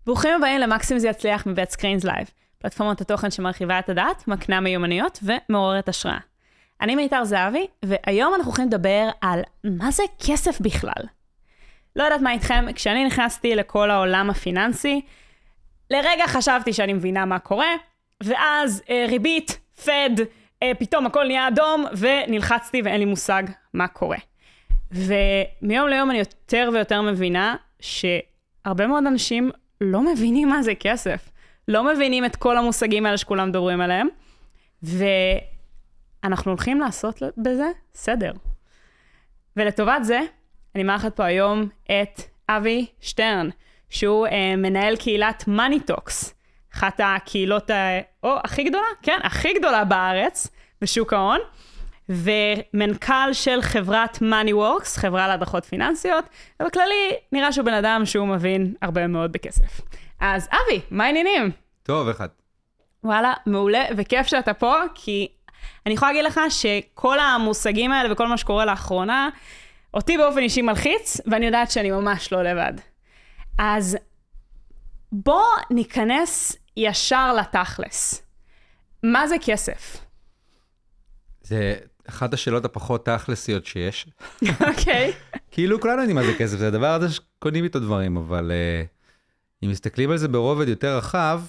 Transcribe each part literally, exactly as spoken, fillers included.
ברוכים הבאים למקסימום זה יצליח מבית סקרינס לייב, פלטפורמת התוכן שמרחיבה את הדעת, מקנה מיומנויות ומעוררת השראה. אני מיתר זהבי, והיום אנחנו הולכים לדבר על מה זה כסף בכלל. לא יודעת מה איתכם, כשאני נכנסתי לכל העולם הפיננסי, לרגע חשבתי שאני מבינה מה קורה, ואז אה, ריבית, פד, אה, פתאום הכל נהיה אדום, ונלחצתי ואין לי מושג מה קורה. ומיום ליום אני יותר ויותר מבינה שהרבה מאוד אנשים לא מבינים מה זה כסף. לא מבינים את כל המושגים האלה שכולם מדברים עליהם, ואנחנו הולכים לעשות בזה סדר. ולטובת זה, אני מארחת פה היום את אבי שטרן, שהוא אה, מנהל קהילת Money Talks, אחת הקהילות ה... או, הכי גדולה? כן, הכי גדולה בארץ, בשוק ההון, ומנכ"ל של חברת MoneyWorks, חברה להדרכות פיננסיות, ובכללי נראה שהוא בן אדם שהוא מבין הרבה מאוד בכסף. אז אבי, מה העניינים? טוב, אחד. וואלה, מעולה, וכיף שאתה פה, כי אני יכולה להגיד לך שכל המושגים האלה וכל מה שקורה לאחרונה, אותי באופן אישי מלחיץ, ואני יודעת שאני ממש לא לבד. אז בוא ניכנס ישר לתכלס. מה זה כסף? זה אחת השאלות הפחות תכלסיות שיש. אוקיי. כאילו כולנו יודעים מה זה כסף, זה הדבר הזה שקונים איתו דברים, אבל uh, אם מסתכלים על זה ברובד יותר רחב,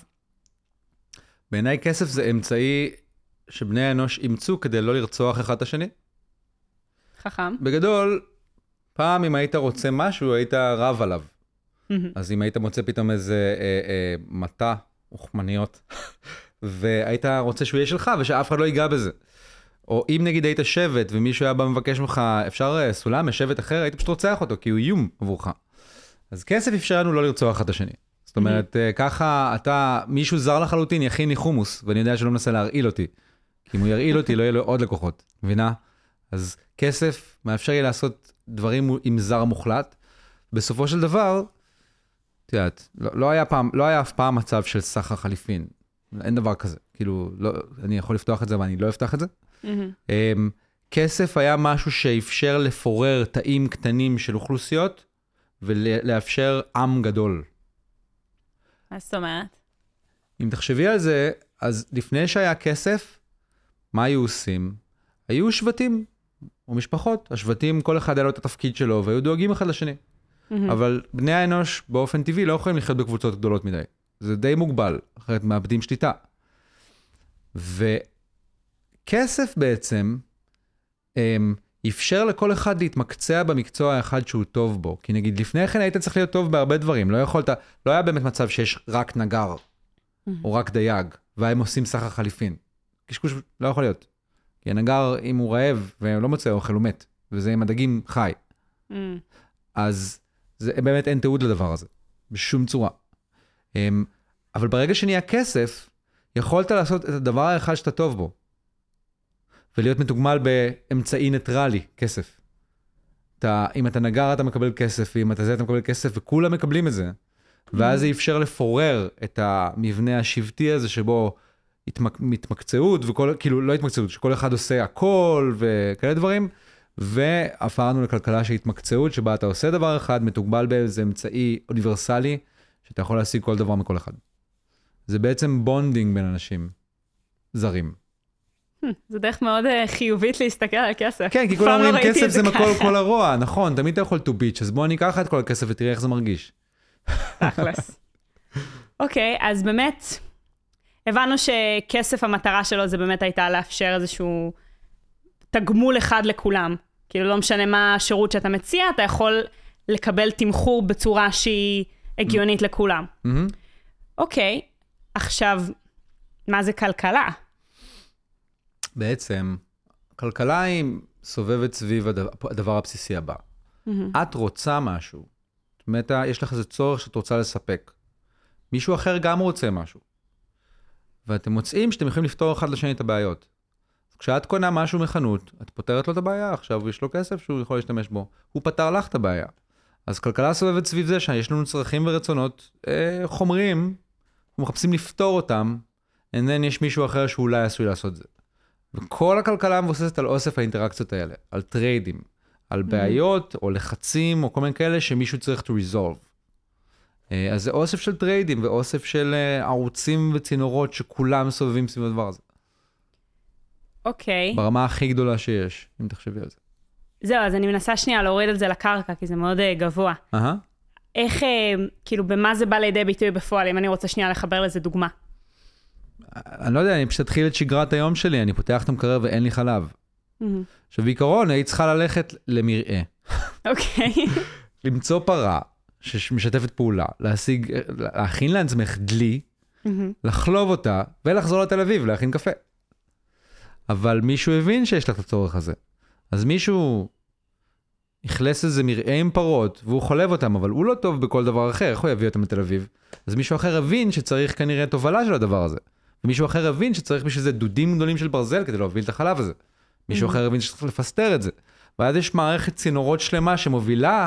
בעיניי כסף זה אמצעי שבני האנוש אימצו כדי לא לרצוח אחד את השני. חכם. בגדול, פעם אם היית רוצה משהו, היית רב עליו. אז אם היית מוצא פתאום איזה אה, אה, מטה, אוכמניות, והיית רוצה שהוא יהיה שלך ושאף אחד לא ייגע בזה. או אם נגיד היית שבט ומישהו היה בא מבקש ממך, אפשר סולם משבט אחר, היית פשוט רוצח אותו, כי הוא איום עבורך. אז כסף אפשר לנו לא לרצוח אחד את השני. זאת אומרת, ככה אתה, מישהו זר לחלוטין יכין לי חומוס, ואני יודע שלא מנסה להרעיל אותי. כי אם הוא ירעיל אותי, לא יהיה לו עוד לקוחות. מבינה? אז כסף מאפשר לי לעשות דברים עם זר מוחלט. בסופו של דבר, תיאת, לא, לא היה פעם, לא היה אף פעם מצב של סחר חליפין. אין דבר כזה. כאילו, לא, אני יכול לפתוח את זה, ואני לא אפתח את זה. Mm-hmm. Um, כסף היה משהו שאפשר לפורר תאים קטנים של אוכלוסיות, ולאפשר עם גדול. מה זאת אומרת? אם תחשבי על זה, אז לפני שהיה כסף, מה היו עושים? היו שבטים או משפחות. השבטים, כל אחד היה לו את התפקיד שלו, והיו דואגים אחד לשני. Mm-hmm. אבל בני האנוש באופן טבעי לא יכולים לחיות בקבוצות גדולות מדי. זה די מוגבל, אחרת מאבדים שליטה. וכסף בעצם הם, אפשר לכל אחד להתמקצע במקצוע האחד שהוא טוב בו. כי נגיד לפני כן היית צריך להיות טוב בהרבה דברים. לא יכולת, לא היה באמת מצב שיש רק נגר, mm-hmm. או רק דייג, והם עושים סחר חליפין. קשקוש לא יכול להיות. כי הנגר, אם הוא רעב ולא מוצא אוכל, הוא מת. וזה עם הדגים חי. Mm. אז זה באמת אין תיעוד לדבר הזה. בשום צורה. הם, אבל ברגע שנהיה כסף, יכולת לעשות את הדבר האחד שאתה טוב בו. ולהיות מתוגמל באמצעי ניטרלי, כסף. אתה, אם אתה נגר, אתה מקבל כסף, ואם אתה זה, אתה מקבל כסף, וכולם מקבלים את זה. ואז זה אפשר לפורר את המבנה השבטי הזה, שבו התמק, מתמקצעות, וכל, כאילו לא התמקצעות, שכל אחד עושה הכל, וכאלה דברים, והפרנו לכלכלה של התמקצעות, שבה אתה עושה דבר אחד, מתוגבל באיזה אמצעי אוניברסלי, שאתה יכול להשיג כל דבר מכל אחד. זה בעצם בונדינג בין אנשים זרים. זה דרך מאוד חיובית להסתכל על כסף. כן, כי כולם אומרים כסף זה מקול כל הרוע, נכון, תמיד אתה יכול to bitch, אז בוא ניקח את כל הכסף ותראה איך זה מרגיש. תכלס. אוקיי, אז באמת, הבנו שכסף המטרה שלו זה באמת הייתה לאפשר איזשהו תגמול אחד לכולם. כאילו לא משנה מה השירות שאתה מציע, אתה יכול לקבל תמחור בצורה שהיא הגיונית לכולם. אוקיי, עכשיו, מה זה כלכלה? בעצם, כלכלה היא סובבת סביב הדבר, הדבר הבסיסי הבא. Mm-hmm. את רוצה משהו. זאת אומרת, יש לך איזה צורך שאת רוצה לספק. מישהו אחר גם רוצה משהו. ואתם מוצאים שאתם יכולים לפתור אחד לשני את הבעיות. כשאת קונה משהו מחנות, את פותרת לו את הבעיה, עכשיו יש לו כסף שהוא יכול להשתמש בו. הוא פתר לך את הבעיה. אז כלכלה סובבת סביב זה שיש לנו צרכים ורצונות אה, חומריים, אנחנו מחפשים לפתור אותם, and then יש מישהו אחר שאולי עשוי לעשות זה. וכל הכלכלה מבוססת על אוסף האינטראקציות האלה, על טריידים, על בעיות או לחצים או כל מיני כאלה שמישהו צריך to resolve. אז זה אוסף של טריידים ואוסף של ערוצים וצינורות שכולם סובבים סביב הדבר הזה. אוקיי. ברמה הכי גדולה שיש, אם תחשבי על זה. זהו, אז אני מנסה שנייה להוריד את זה לקרקע, כי זה מאוד uh, גבוה. אהה. איך, uh, כאילו, במה זה בא לידי ביטוי בפועל, אם אני רוצה שנייה לחבר לזה דוגמה? אני לא יודע, אני פשוט אתחיל את שגרת היום שלי, אני פותח את המקרר ואין לי חלב. עכשיו, בעיקרון, היית צריכה ללכת למרעה. אוקיי. למצוא פרה שמשתפת פעולה, להשיג, להכין לעצמך דלי, לחלוב אותה, ולחזור לתל אביב, להכין קפה. אבל מישהו הבין שיש לך את הצורך הזה. אז מישהו הכלס איזה מרעה עם פרות, והוא חולב אותם, אבל הוא לא טוב בכל דבר אחר, איך הוא יביא אותם לתל אביב? אז מישהו אחר הבין שצריך כנראה תובלה של הדבר הזה. ומישהו אחר הבין שצריך בשביל זה דודים גדולים של ברזל, כדי להוביל את החלב הזה. מישהו אחר הבין שצריך לפסטר את זה. ואז יש מערכת צינורות שלמה שמובילה,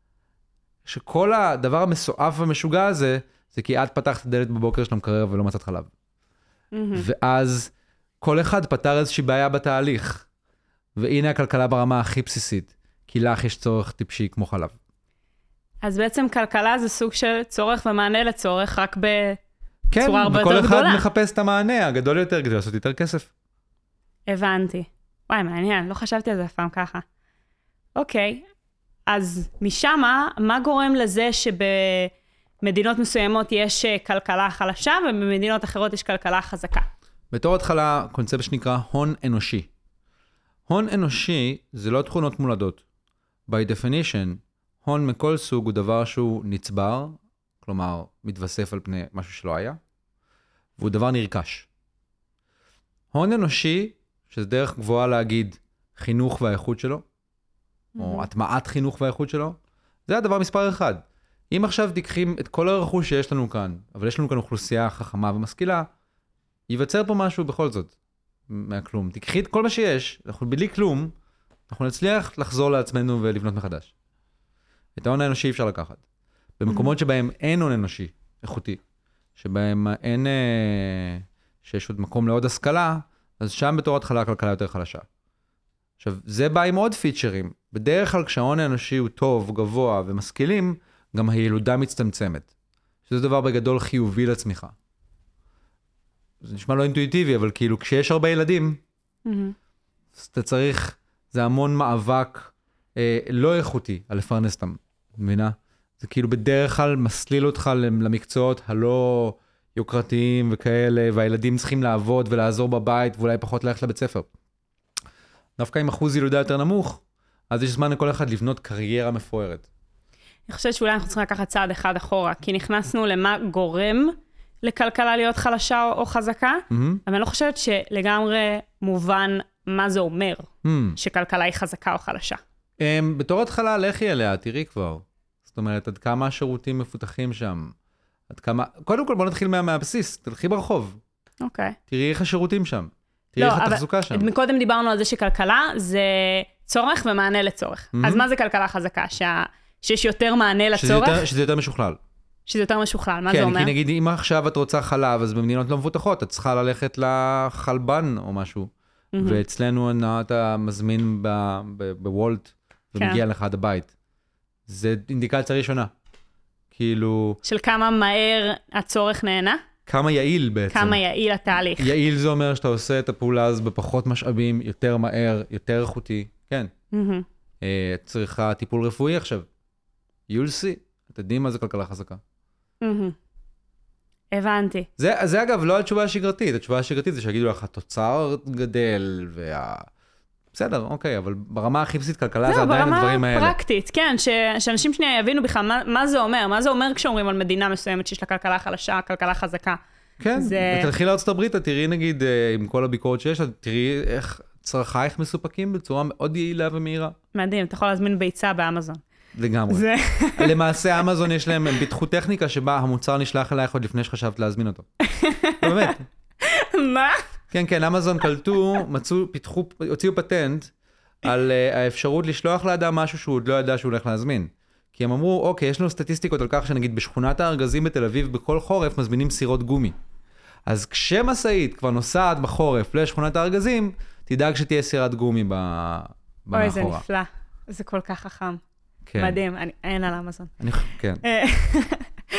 שכל הדבר המסועף והמשוגע הזה, זה כי את פתחת את הדלת בבוקר של המקרר ולא מצאת חלב. ואז כל אחד פתר איזושהי בעיה בתהליך. והנה הכלכלה ברמה הכי בסיסית, כי לך יש צורך טיפשי כמו חלב. אז בעצם כלכלה זה סוג של צורך ומענה לצורך, רק כן, בצורה הרבה יותר גדולה. כן, וכל גדולה. אחד מחפש את המענה הגדול יותר כדי לעשות יותר כסף. הבנתי. וואי, מעניין, לא חשבתי על זה אף פעם ככה. אוקיי, אז משם, מה גורם לזה שבמדינות מסוימות יש כלכלה חלשה, ובמדינות אחרות יש כלכלה חזקה? בתור התחלה, קונספט שנקרא הון אנושי. הון אנושי זה לא תכונות מולדות. by definition, הון מכל סוג הוא דבר שהוא נצבר, כלומר, מתווסף על פני משהו שלא היה, והוא דבר נרכש. הון אנושי, שזה דרך גבוהה להגיד חינוך והאיכות שלו, או הטמעת חינוך והאיכות שלו, זה הדבר מספר אחד. אם עכשיו תיקחים את כל הרכוש שיש לנו כאן, אבל יש לנו כאן אוכלוסייה חכמה ומשכילה, ייווצר פה משהו בכל זאת, מהכלום. תיקחי את כל מה שיש, אנחנו בלי כלום, אנחנו נצליח לחזור לעצמנו ולבנות מחדש. את ההון האנושי אפשר לקחת. במקומות שבהם אין הון אנושי איכותי, שבהם אין, אה, שיש עוד מקום לעוד השכלה, אז שם בתור התחלה הכלכלה יותר חלשה. עכשיו, זה בא עם עוד פיצ'רים. בדרך כלל כשההון האנושי הוא טוב, גבוה ומשכילים, גם הילודה מצטמצמת. שזה דבר בגדול חיובי לצמיחה. זה נשמע לא אינטואיטיבי, אבל כאילו כשיש הרבה ילדים, mm-hmm. אז אתה צריך, זה המון מאבק אה, לא איכותי על לפרנס אותם, מבינה? זה כאילו בדרך כלל מסליל אותך למקצועות הלא יוקרתיים וכאלה, והילדים צריכים לעבוד ולעזור בבית, ואולי פחות ללכת לבית ספר. דווקא עם אחוז ילודה יותר נמוך, אז יש זמן לכל אחד לבנות קריירה מפוארת. אני חושבת שאולי אנחנו צריכים לקחת צעד אחד אחורה, כי נכנסנו למה גורם לכלכלה להיות חלשה או, או חזקה, mm-hmm. אבל אני לא חושבת שלגמרי מובן מה זה אומר, mm-hmm. שכלכלה היא חזקה או חלשה. Um, בתור התחלה, לכי אליה, תראי כבר. זאת אומרת, עד כמה השירותים מפותחים שם. עד כמה... קודם כל, בוא נתחיל מה, מהבסיס, תלכי ברחוב. אוקיי. Okay. תראי איך השירותים שם. תראי לא, איך התחזוקה שם. מקודם דיברנו על זה שכלכלה זה צורך ומענה לצורך. Mm-hmm. אז מה זה כלכלה חזקה? שה... שיש יותר מענה לצורך? שזה יותר, שזה יותר משוכלל. שזה יותר משוכלל, מה כן, זה אומר? כן, כי נגיד, אם עכשיו את רוצה חלב, אז במדינות לא מפותחות, את צריכה ללכת לחלבן או משהו. Mm-hmm. ואצלנו אתה מזמין בוולט, ומגיע לך עד הבית. זה אינדיקציה ראשונה. כאילו... של כמה מהר הצורך נהנה? כמה יעיל בעצם. כמה יעיל התהליך. יעיל זה אומר שאתה עושה את הפעולה הזו בפחות משאבים, יותר מהר, יותר איכותי. כן. Mm-hmm. צריכה טיפול רפואי עכשיו. You'll see. אתם יודעים מה זה כלכלה חזקה. Mm-hmm. הבנתי. זה, זה אגב לא התשובה השגרתית. התשובה השגרתית זה שיגידו לך, התוצר גדל, וה... בסדר, אוקיי, אבל ברמה הכי בסיסית כלכלה זה עדיין הדברים האלה. ברמה פרקטית, כן, ש... שאנשים שנייה יבינו בכלל מה, מה זה אומר, מה זה אומר כשאומרים על מדינה מסוימת שיש לה כלכלה חלשה, כלכלה חזקה. כן, זה... ותלכי לארצות הברית, תראי נגיד, עם כל הביקורת שיש, תראי איך צרכייך מסופקים בצורה מאוד יעילה ומהירה. מדהים, אתה יכול להזמין ביצה באמזון. לגמרי. זה... למעשה, אמזון יש להם, הם פיתחו טכניקה שבה המוצר נשלח אלייך עוד לפני שחשבת להזמין אותו. באמת. מה? כן, כן, אמזון קלטו, מצאו, פיתחו, הוציאו פטנט על uh, האפשרות לשלוח לאדם משהו שהוא עוד לא ידע שהוא הולך להזמין. כי הם אמרו, אוקיי, יש לנו סטטיסטיקות על כך שנגיד בשכונת הארגזים בתל אביב בכל חורף מזמינים סירות גומי. אז כשמסעית כבר נוסעת בחורף לשכונת הארגזים, תדאג שתהיה סירת גומי במאחורה. אוי, זה נפלא. זה כל כך חכם. כן. מדהים, אני, אין על אמזון. אני, כן.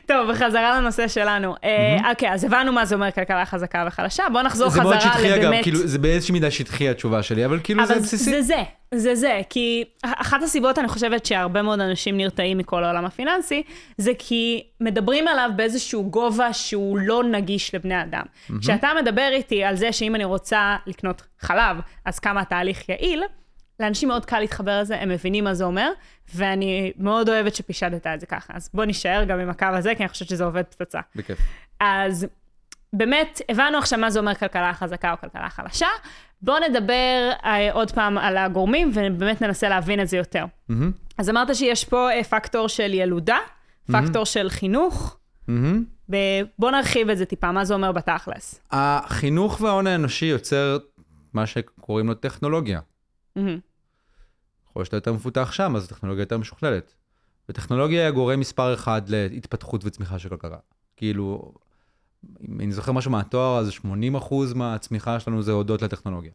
טוב, בחזרה לנושא שלנו. אוקיי, אז הבנו מה זה אומר כלכלה חזקה וחלשה, בואו נחזור חזרה לבאמת... זה מאוד שטחי אגב, כאילו, זה באיזושהי מידה שטחי התשובה שלי, אבל כאילו זה בסיסי. אבל זה זה, זה זה, כי אחת הסיבות אני חושבת שהרבה מאוד אנשים נרתעים מכל העולם הפיננסי, זה כי מדברים עליו באיזשהו גובה שהוא לא נגיש לבני אדם. כשאתה מדבר איתי על זה שאם אני רוצה לקנות חלב, אז כמה התהליך יעיל, לאנשים מאוד קל להתחבר לזה, הם מבינים מה זה אומר, ואני מאוד אוהבת שפישטת את זה ככה. אז בוא נשאר גם עם הקו הזה, כי אני חושבת שזה עובד פצצה. בכיף. אז באמת, הבנו עכשיו מה זה אומר כלכלה חזקה או כלכלה חלשה. בואו נדבר עוד פעם על הגורמים, ובאמת ננסה להבין את זה יותר. Mm-hmm. אז אמרת שיש פה פקטור של ילודה, פקטור mm-hmm. של חינוך. Mm-hmm. בואו נרחיב את זה טיפה, מה זה אומר בתכלס? החינוך וההון האנושי יוצר מה שקוראים לו טכנולוגיה. יכול שאתה יותר מפותח שם, אז הטכנולוגיה יותר משוכללת. וטכנולוגיה היא הגורם מספר אחד להתפתחות וצמיחה של כלכלה. כאילו, אם אני זוכר משהו מהתואר, אז שמונים אחוז מהצמיחה שלנו זה הודות לטכנולוגיה.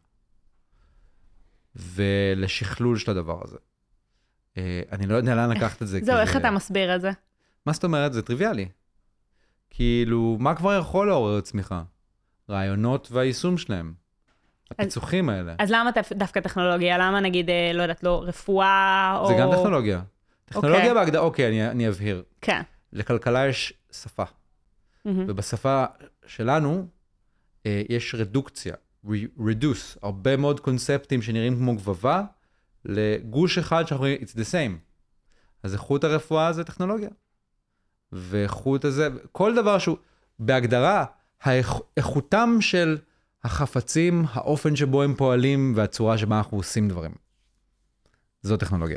ולשכלול של הדבר הזה. אני לא יודע לאן לקחת את זה. זהו, איך אתה מסביר את זה? מה זאת אומרת? זה טריוויאלי. כאילו, מה כבר יכול לעורר צמיחה? רעיונות והיישום שלהם. הפיצוחים האלה. אז למה דווקא טכנולוגיה? למה נגיד, לא יודעת, לא רפואה או... זה גם טכנולוגיה. טכנולוגיה בהגדרה, אוקיי, אני אבהיר. כן. לכלכלה יש שפה. ובשפה שלנו יש רדוקציה, reduce, הרבה מאוד קונספטים שנראים כמו גבבה, לגוש אחד שאנחנו אומרים, it's the same. אז איכות הרפואה זה טכנולוגיה. ואיכות הזה, כל דבר שהוא, בהגדרה, האיכותם של... החפצים, האופן שבו הם פועלים, והצורה שבה אנחנו עושים דברים. זו טכנולוגיה.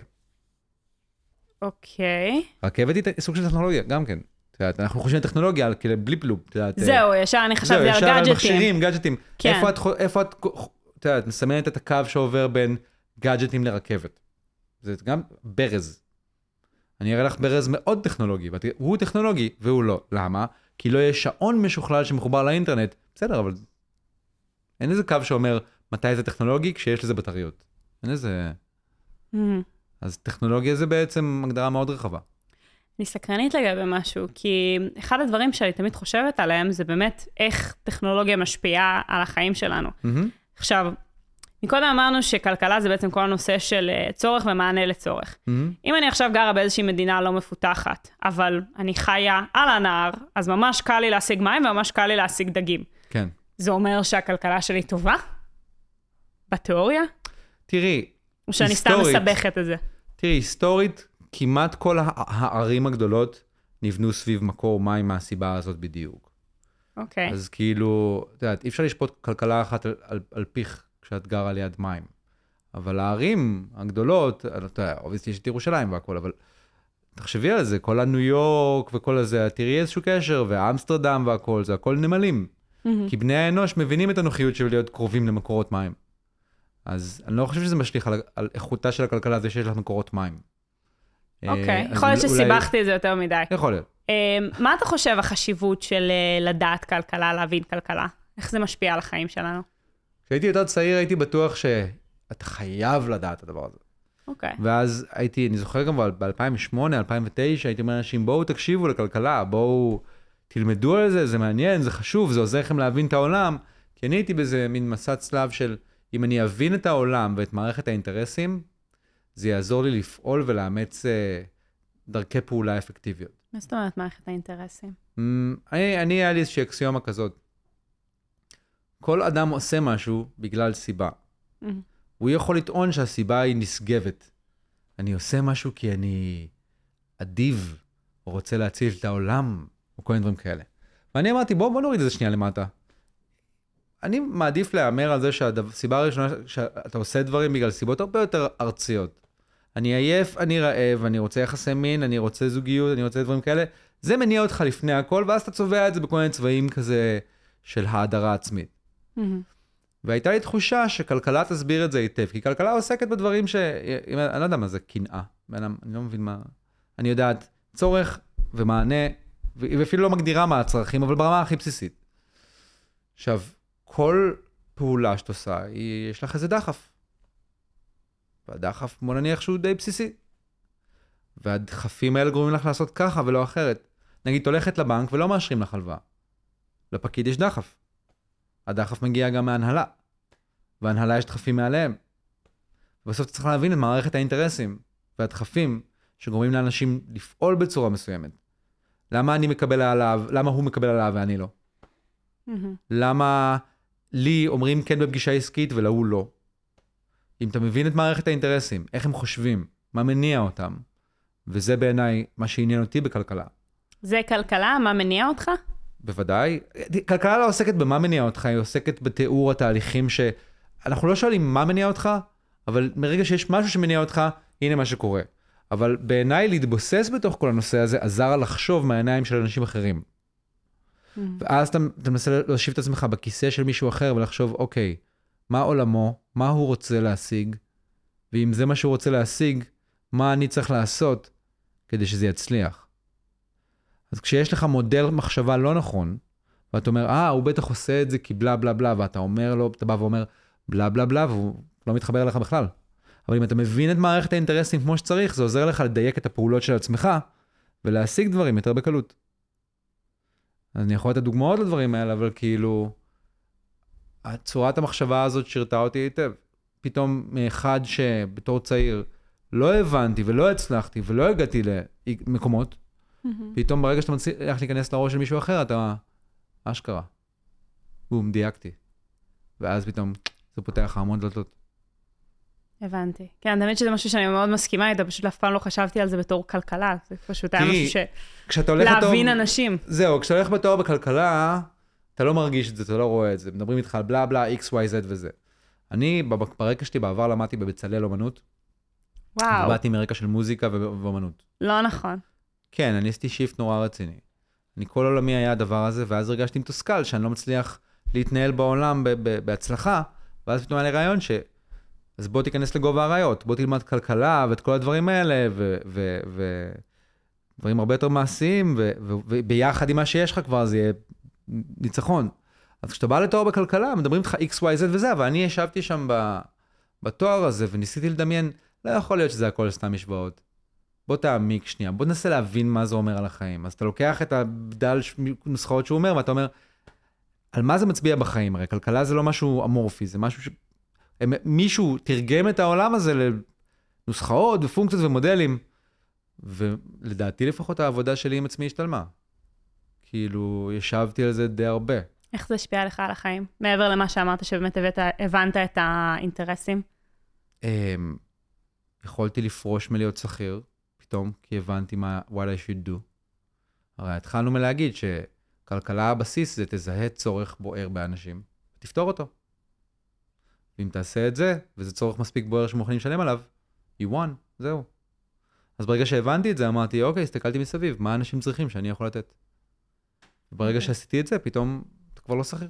אוקיי. רכבת היא סוג של טכנולוגיה, גם כן. תדעת, אנחנו חושבים על טכנולוגיה, כאילו בליפ לופ. זהו, ישר אני חשבתי על גאדג'טים. זהו, ישר על מכשירים, גאדג'טים. כן. איפה את, איפה את, תדעת, מסמנת את הקו שעובר בין גאדג'טים לרכבת. זה גם ברז. אני אראה לך ברז מאוד טכנולוגי, הוא טכנולוגי, והוא לא. למה? כי לא יש שעון משוכלל שמחובר לאינטרנט. בסדר, אבל... אין איזה קו שאומר מתי זה טכנולוגי כשיש לזה בטריות. אין איזה... Mm-hmm. אז טכנולוגיה זה בעצם הגדרה מאוד רחבה. אני סקרנית לגבי משהו, כי אחד הדברים שאני תמיד חושבת עליהם זה באמת איך טכנולוגיה משפיעה על החיים שלנו. Mm-hmm. עכשיו, מקודם אמרנו שכלכלה זה בעצם כל הנושא של צורך ומענה לצורך. Mm-hmm. אם אני עכשיו גרה באיזושהי מדינה לא מפותחת, אבל אני חיה על הנהר, אז ממש קל לי להשיג מים וממש קל לי להשיג דגים. כן. זה אומר שהכלכלה שלי טובה? בתיאוריה? תראי, או שאני סתם מסבכת את זה? תראי, היסטורית, כמעט כל הערים הגדולות נבנו סביב מקור מים מהסיבה הזאת בדיוק. אוקיי. אז כאילו, את יודעת, אי אפשר לשפוט כלכלה אחת על, על, על פיך כשאת גרה ליד מים. אבל הערים הגדולות, אתה יודע, אובייסטי יש את ירושלים והכל, אבל תחשבי על זה, כל הניו יורק וכל הזה, תראי איזשהו קשר, והאמסטרדם והכל, זה הכל נמלים. כי בני האנוש מבינים את הנוחיות של להיות קרובים למקורות מים. אז אני לא חושב שזה משליך על, על איכותה של הכלכלה, זה שיש לך מקורות מים. אוקיי, יכול להיות שסיבכתי את זה יותר מדי. יכול להיות. מה אתה חושב החשיבות של לדעת כלכלה, להבין כלכלה? איך זה משפיע על החיים שלנו? כשהייתי יותר צעיר, הייתי בטוח שאתה חייב לדעת את הדבר הזה. אוקיי. ואז הייתי, אני זוכר גם ב-אלפיים ושמונה, אלפיים ותשע, הייתי אומר אנשים, בואו תקשיבו לכלכלה, בואו תלמדו על זה, זה מעניין, זה חשוב, זה עוזר לכם להבין את העולם. כי אני הייתי באיזה מין מסע צלב של, אם אני אבין את העולם ואת מערכת האינטרסים, זה יעזור לי לפעול ולאמץ אה, דרכי פעולה אפקטיביות. מה זאת אומרת מערכת האינטרסים? אני, אני היה לי איזושהי אקסיומה כזאת. כל אדם עושה משהו בגלל סיבה. Mm-hmm. הוא יכול לטעון שהסיבה היא נשגבת. אני עושה משהו כי אני אדיב, או רוצה להציל את העולם, או כל מיני דברים כאלה. ואני אמרתי, בוא, בוא נוריד את זה שנייה למטה. אני מעדיף להאמר על זה שהסיבה הראשונה, שאתה עושה דברים בגלל סיבות הרבה יותר ארציות. אני עייף, אני רעב, אני רוצה יחסי מין, אני רוצה זוגיות, אני רוצה דברים כאלה. זה מניע אותך לפני הכל, ואז אתה צובע את זה בכל מיני צבעים כזה של ההדרה עצמית. Mm-hmm. והייתה לי תחושה שכלכלה תסביר את זה היטב, כי כלכלה עוסקת בדברים ש... אני לא יודע מה זה קנאה, אני לא מבין מה... אני יודעת, צורך ומענה, ואפילו לא מגדירה מה הצרכים, אבל ברמה הכי בסיסית. עכשיו, כל פעולה שאת עושה, יש לך איזה דחף. והדחף, בוא נניח שהוא די בסיסי. והדחפים האלה גורמים לך לעשות ככה ולא אחרת. נגיד, הולכת לבנק ולא מאשרים לך הלוואה. לפקיד יש דחף. הדחף מגיע גם מהנהלה. והנהלה יש דחפים מעליהם. ובסוף אתה צריך להבין את מערכת האינטרסים והדחפים שגורמים לאנשים לפעול בצורה מסוימת. למה אני מקבל עליו, למה הוא מקבל עליו ואני לא? Mm-hmm. למה לי אומרים כן בפגישה עסקית ולהוא לא? אם אתה מבין את מערכת האינטרסים, איך הם חושבים, מה מניע אותם, וזה בעיניי מה שעניין אותי בכלכלה. זה כלכלה? מה מניע אותך? בוודאי. כלכלה לא עוסקת במה מניע אותך, היא עוסקת בתיאור התהליכים ש... אנחנו לא שואלים מה מניע אותך, אבל מרגע שיש משהו שמניע אותך, הנה מה שקורה. אבל בעיניי להתבוסס בתוך כל הנושא הזה, עזר לחשוב מהעיניים של אנשים אחרים. Mm-hmm. ואז אתה, אתה מנסה להושיב את עצמך בכיסא של מישהו אחר, ולחשוב, אוקיי, מה עולמו, מה הוא רוצה להשיג, ואם זה מה שהוא רוצה להשיג, מה אני צריך לעשות כדי שזה יצליח. אז כשיש לך מודל מחשבה לא נכון, ואתה אומר, אה, הוא בטח עושה את זה כי בלה בלה בלה, ואתה אומר לו, אתה בא ואומר, בלה בלה בלה, והוא לא מתחבר אליך בכלל. אבל אם אתה מבין את מערכת האינטרסים כמו שצריך, זה עוזר לך לדייק את הפעולות של עצמך, ולהשיג דברים יותר בקלות. אז אני יכול לתת דוגמאות לדברים האלה, אבל כאילו, צורת המחשבה הזאת שירתה אותי היטב. פתאום מאחד שבתור צעיר לא הבנתי ולא הצלחתי ולא הגעתי למקומות, mm-hmm. פתאום ברגע שאתה מצליח להיכנס לראש של מישהו אחר, אתה אשכרה. בום, דייקתי. ואז פתאום זה פותח המון דלתות. הבנתי. כן, תמיד שזה משהו שאני מאוד מסכימה איתה, פשוט אף פעם לא חשבתי על זה בתור כלכלה, זה פשוט היה משהו ש... להבין אנשים. זהו, כשאתה הולך בתואר בכלכלה, אתה לא מרגיש את זה, אתה לא רואה את זה. מדברים איתך על בלה בלה, X, Y, Z וזה. אני, ברקע שלי בעבר למדתי בבצלאל אומנות. וואו. באתי מרקע של מוזיקה ואומנות. לא נכון. כן, אני עשיתי שיפט נורא רציני. אני כל עולמי היה הדבר הזה, ואז הרגשתי מתוסכל שאני לא מצליח להתנהל בעולם בהצלחה, ואז פתאום היה לי רעיון ש... אז בוא תיכנס לגובה הראיות, בוא תלמד כלכלה ואת כל הדברים האלה, ודברים הרבה יותר מעשיים, וביחד עם מה שיש לך כבר זה יהיה ניצחון. אז כשאתה בא לתואר בכלכלה, מדברים איתך X, Y, Z וזה, אבל אני ישבתי שם בתואר הזה, וניסיתי לדמיין, לא יכול להיות שזה הכל סתם משוואות. בוא תעמיק שנייה, בוא תנסה להבין מה זה אומר על החיים. אז אתה לוקח את הבדל נוסחאות שהוא אומר, ואתה אומר, על מה זה מצביע בחיים? הרי כלכלה זה לא משהו אמורפי, זה משהו ש... מישהו תרגם את העולם הזה לנוסחאות ופונקציות ומודלים, ולדעתי לפחות העבודה שלי עם עצמי השתלמה. כאילו, ישבתי על זה די הרבה. איך זה השפיע לך על החיים? מעבר למה שאמרת שבאמת הבאת, הבנת את האינטרסים? יכולתי לפרוש מלהיות שכיר, פתאום, כי הבנתי מה what I should do. הרי התחלנו מלהגיד שכלכלה הבסיס זה תזהה צורך בוער באנשים, ותפתור אותו. ואם תעשה את זה, וזה צורך מספיק בוער שמוכנים לשלם עליו, you won, זהו. אז ברגע שהבנתי את זה, אמרתי, אוקיי, הסתכלתי מסביב, מה האנשים צריכים שאני יכול לתת? וברגע שעשיתי את זה, פתאום אתה כבר לא שכיר.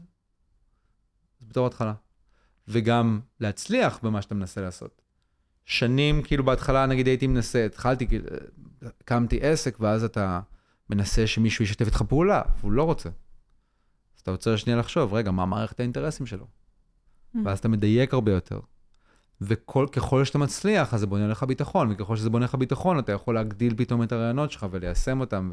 זה בתור התחלה. וגם להצליח במה שאתה מנסה לעשות. שנים, כאילו בהתחלה, נגיד הייתי מנסה, התחלתי, קמתי עסק, ואז אתה מנסה שמישהו ישתף איתך פעולה, והוא לא רוצה. אז אתה רוצה שנייה לחשוב, רגע, מה מערכת האינטרסים שלו? ואז אתה מדייק הרבה יותר. וככל שאתה מצליח, אז זה בונה לך ביטחון, וככל שזה בונה לך ביטחון, אתה יכול להגדיל פתאום את הרעיונות שלך וליישם אותם,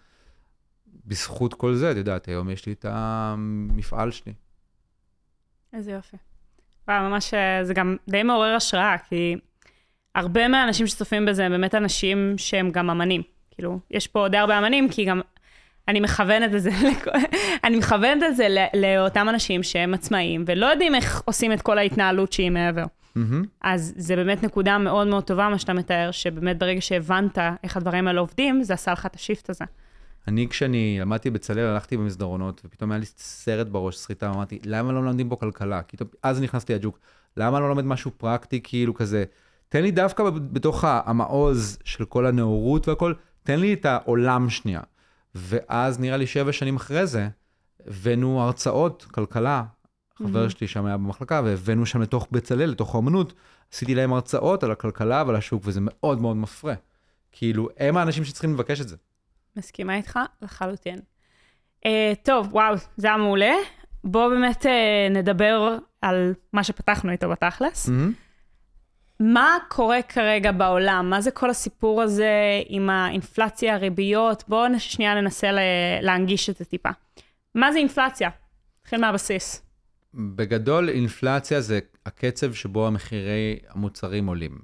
ובזכות כל זה, אתה יודעת, היום יש לי את המפעל שלי. איזה יופי. וואו, ממש, זה גם די מעורר השראה, כי הרבה מהאנשים שצופים בזה, הם באמת אנשים שהם גם אמנים. כאילו, יש פה די הרבה אמנים, כי גם אני מכוונת את זה, אני מכוונת את זה לאותם אנשים שהם עצמאיים, ולא יודעים איך עושים את כל ההתנהלות שהיא מעבר. אז זה באמת נקודה מאוד מאוד טובה, מה שאתה מתאר, שבאמת ברגע שהבנת איך הדברים האלה עובדים, זה עשה לך את השיפט הזה. אני, כשאני למדתי בצלאל, הלכתי במסדרונות, ופתאום היה לי סרט בראש, סריטה, אמרתי, למה לא לומדים פה כלכלה? אז נכנסתי לג'וק, למה לא לומד משהו פרקטי, כאילו כזה, תן לי דווקא בתוך המעוז של כל הנאורות והכל, תן לי את העולם שנייה. ואז נראה לי שבע שנים אחרי זה, הבאנו הרצאות, כלכלה, חבר שלי שם היה במחלקה, והבאנו שם לתוך בצלאל, לתוך האמנות, עשיתי להם הרצאות על הכלכלה ועל השוק, וזה מאוד מאוד מפרה. כאילו, הם האנשים שצריכים לבקש את זה. מסכימה איתך לחלוטין. Uh, טוב, וואו, זה היה מעולה. בואו באמת uh, נדבר על מה שפתחנו איתו בתכלס. Mm-hmm. מה קורה כרגע בעולם? מה זה כל הסיפור הזה עם האינפלציה, הריביות? בואו שנייה ננסה להנגיש את זה טיפה. מה זה אינפלציה? נתחיל מהבסיס. בגדול, אינפלציה זה הקצב שבו המחירי המוצרים עולים.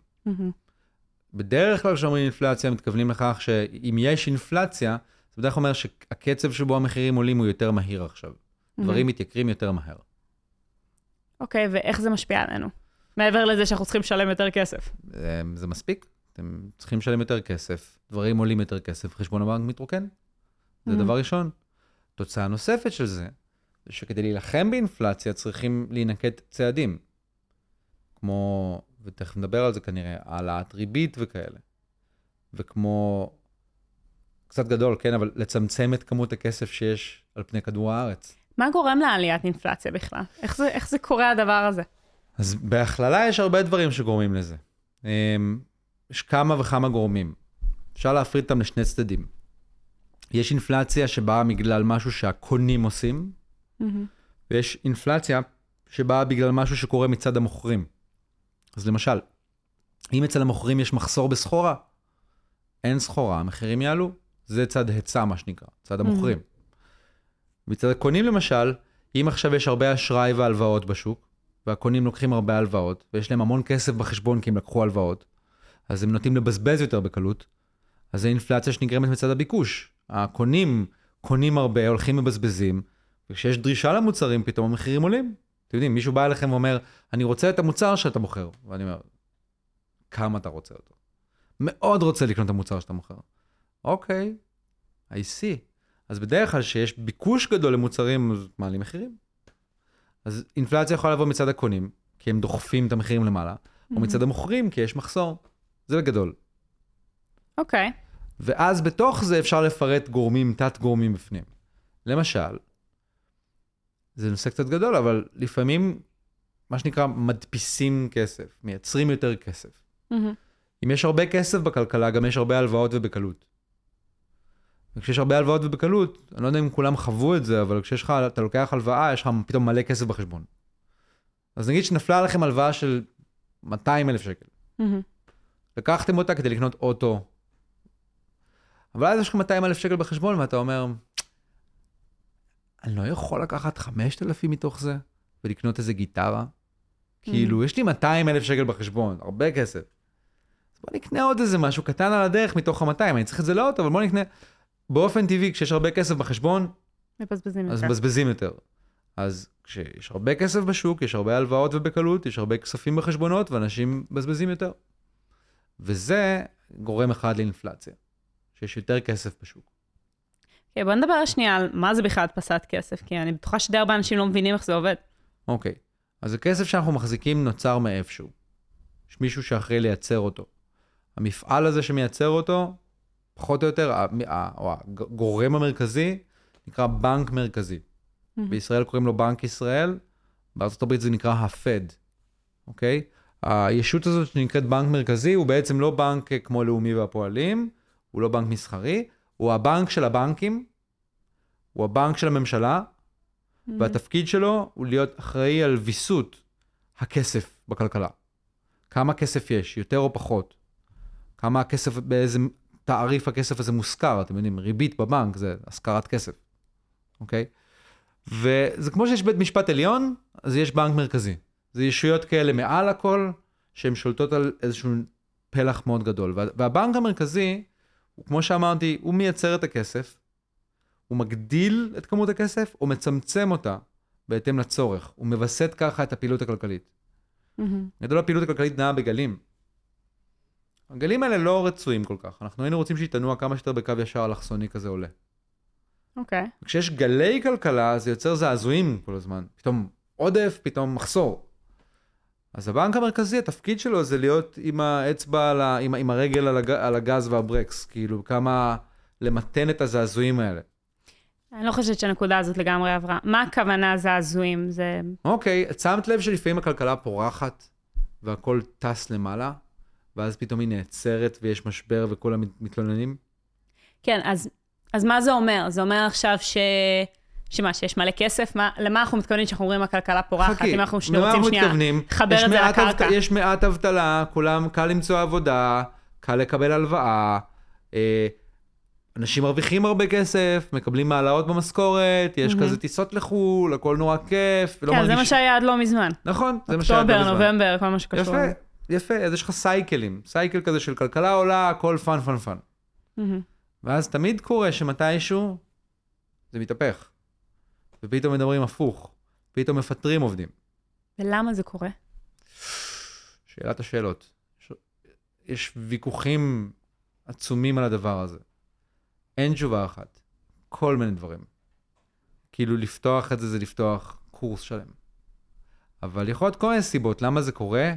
בדרך כלל כשאומרים אינפלציה, מתכוונים לכך שאם יש אינפלציה, זה בדרך כלל אומר שהקצב שבו המחירים עולים הוא יותר מהיר עכשיו. דברים מתייקרים יותר מהר. אוקיי, ואיך זה משפיע עלינו? מעבר לזה שאנחנו צריכים לשלם יותר כסף. זה מספיק. אתם צריכים לשלם יותר כסף, דברים עולים יותר כסף, חשבון הבנק מתרוקן. זה דבר ראשון. תוצאה נוספת של זה, זה שכדי להילחם באינפלציה צריכים להינקט צעדים. כמו, ותכף נדבר על זה כנראה, העלאת ריבית וכאלה. וכמו, קצת גדול, כן, אבל לצמצם את כמות הכסף שיש על פני כדור הארץ. מה גורם לעליית אינפלציה בכלל? איך זה, איך זה קורה הדבר הזה? אז בהכללה יש הרבה דברים שגורמים לזה. יש כמה וכמה גורמים. אפשר להפריד אותם לשני צדדים. יש אינפלציה שבאה בגלל משהו שהקונים עושים, mm-hmm. ויש אינפלציה שבאה בגלל משהו שקורה מצד המוכרים. אז למשל, אם אצל המוכרים יש מחסור בסחורה, אין סחורה, המחירים יעלו, זה צד היצע מה שנקרא, צד המוכרים. Mm-hmm. מצד הקונים למשל, אם עכשיו יש הרבה אשראי והלוואות בשוק, והקונים לוקחים הרבה הלוואות, ויש להם המון כסף בחשבון כי הם לקחו הלוואות, אז הם נוטים לבזבז יותר בקלות, אז זה אינפלציה שנגרמת מצד הביקוש. הקונים קונים הרבה, הולכים מבזבזים, וכשיש דרישה למוצרים, פתאום המחירים עולים. אתם יודעים, מישהו בא אליכם ואומר, אני רוצה את המוצר שאתה מוכר. ואני אומר, כמה אתה רוצה אותו? מאוד רוצה לקנות את המוצר שאתה מוכר. אוקיי, I see. אז בדרך כלל שיש ביקוש גדול למוצרים, אז מעלים מחירים. אז אינפלציה יכולה לבוא מצד הקונים, כי הם דוחפים את המחירים למעלה, או מצד המוכרים, כי יש מחסור. זה בגדול. אוקיי. ואז בתוך זה אפשר לפרט גורמים, תת גורמים בפנים. למשל, זה נושא קצת גדול, אבל לפעמים, מה שנקרא, מדפיסים כסף, מייצרים יותר כסף. Mm-hmm. אם יש הרבה כסף בכלכלה, גם יש הרבה הלוואות ובקלות. וכשיש הרבה הלוואות ובקלות, אני לא יודע אם כולם חוו את זה, אבל כשיש לך, אתה לוקח הלוואה, יש לך פתאום מלא כסף בחשבון. אז נגיד שנפלה עליכם הלוואה של מאתיים אלף שקל. Mm-hmm. לקחתם אותה כדי לקנות אוטו. אבל אז יש לך מאתיים אלף שקל בחשבון, ואתה אומר, אני לא יכול לקחת חמשת אלפים מתוך זה, ולקנות איזה גיטרה. Mm-hmm. כאילו, יש לי מאתיים אלף שקל בחשבון, הרבה כסף. אז בוא נקנה עוד איזה משהו קטן על הדרך מתוך ה-מאתיים, אני צריך את זה לאוטו, אבל בוא נקנה, באופן טבעי, כשיש הרבה כסף בחשבון, מבזבזים אז יותר. מבזבזים יותר. אז כשיש הרבה כסף בשוק, יש הרבה הלוואות ובקלות, יש הרבה כספים בחשבונות, ואנשים מבזבזים יותר. וזה גורם אחד לאינפלציה, שיש יותר כסף בשוק. Okay, בוא נדבר שנייה על מה זה בכלל הדפסת כסף, כי אני בטוחה שדי הרבה אנשים לא מבינים איך זה עובד. אוקיי, okay. אז הכסף שאנחנו מחזיקים נוצר מאיפשהו. יש מישהו שאחראי לייצר אותו. המפעל הזה שמייצר אותו, פחות או יותר, או הגורם המרכזי, נקרא בנק מרכזי. Mm-hmm. בישראל קוראים לו בנק ישראל, בארצות הברית זה נקרא ה-פד. אוקיי? הישות הזאת שנקראת בנק מרכזי, הוא בעצם לא בנק כמו לאומי והפועלים, הוא לא בנק מסחרי, הוא הבנק של הבנקים, הוא הבנק של הממשלה, mm-hmm. והתפקיד שלו הוא להיות אחראי על ויסות הכסף בכלכלה. כמה כסף יש, יותר או פחות. כמה הכסף, באיזה תעריף הכסף הזה מושכר, אתם יודעים, ריבית בבנק זה השכרת כסף. אוקיי? וזה כמו שיש בית משפט עליון, אז יש בנק מרכזי. זה ישויות כאלה מעל הכל, שהן שולטות על איזשהו פלח מאוד גדול. והבנק המרכזי, הוא, כמו שאמרתי, הוא מייצר את הכסף, הוא מגדיל את כמות הכסף, או מצמצם אותה בהתאם לצורך. הוא מבסט ככה את הפעילות הכלכלית. גדול הפעילות הכלכלית נעה בגלים. הגלים האלה לא רצויים כל כך. אנחנו היינו רוצים שיתנוע כמה שיותר בקו ישר אלכסוני כזה עולה. אוקיי. Okay. כשיש גלי כלכלה, זה יוצר זעזועים כל הזמן. פתאום עודף, פתאום מחסור. אז הבנק המרכזי, התפקיד שלו זה להיות עם האצבע, על ה, עם, עם הרגל על, הג, על הגז והברקס, כאילו כמה למתן את הזעזועים האלה. אני לא חושבת שהנקודה הזאת לגמרי עברה. מה הכוונה זעזועים? זה... אוקיי, את שמת לב שלפעמים הכלכלה פורחת, והכל טס למעלה, ואז פתאום היא נעצרת ויש משבר וכולם מתלוננים? כן, אז, אז מה זה אומר? זה אומר עכשיו ש... שמה, שיש מלא כסף, מה, למה אנחנו מתכוונים שאנחנו אומרים הכלכלה פורחת, אם אנחנו שני למה רוצים אנחנו שנייה, מתכוונים? לחבר יש את זה מעט לקרקע. אבט- יש מעט אבטלה, כולם קל למצוא עבודה, קל לקבל הלוואה, אה, אנשים מרוויחים הרבה כסף, מקבלים מעלאות במשכורת, יש כזה טיסות לחו"ל, הכל נורא כיף. ולא כן, זה מרגיש- מה שהיה עד לא מזמן. נכון, זה מה שהיה עד לא אוקטובר, מזמן. נובמבר, כל מה שקשור. יפה, יפה, אז יש לך סייקלים, סייקל כזה של כלכלה עולה, הכל פן פן פן. מהמם. ואז תמיד קורה שמתישהו זה מתהפך. ופתאום מדברים הפוך, פתאום מפטרים עובדים. ולמה זה קורה? שאלת השאלות. יש, יש ויכוחים עצומים על הדבר הזה. אין תשובה אחת. כל מיני דברים. כאילו לפתוח את זה זה לפתוח קורס שלם. אבל יכול להיות כל מיני סיבות. למה זה קורה?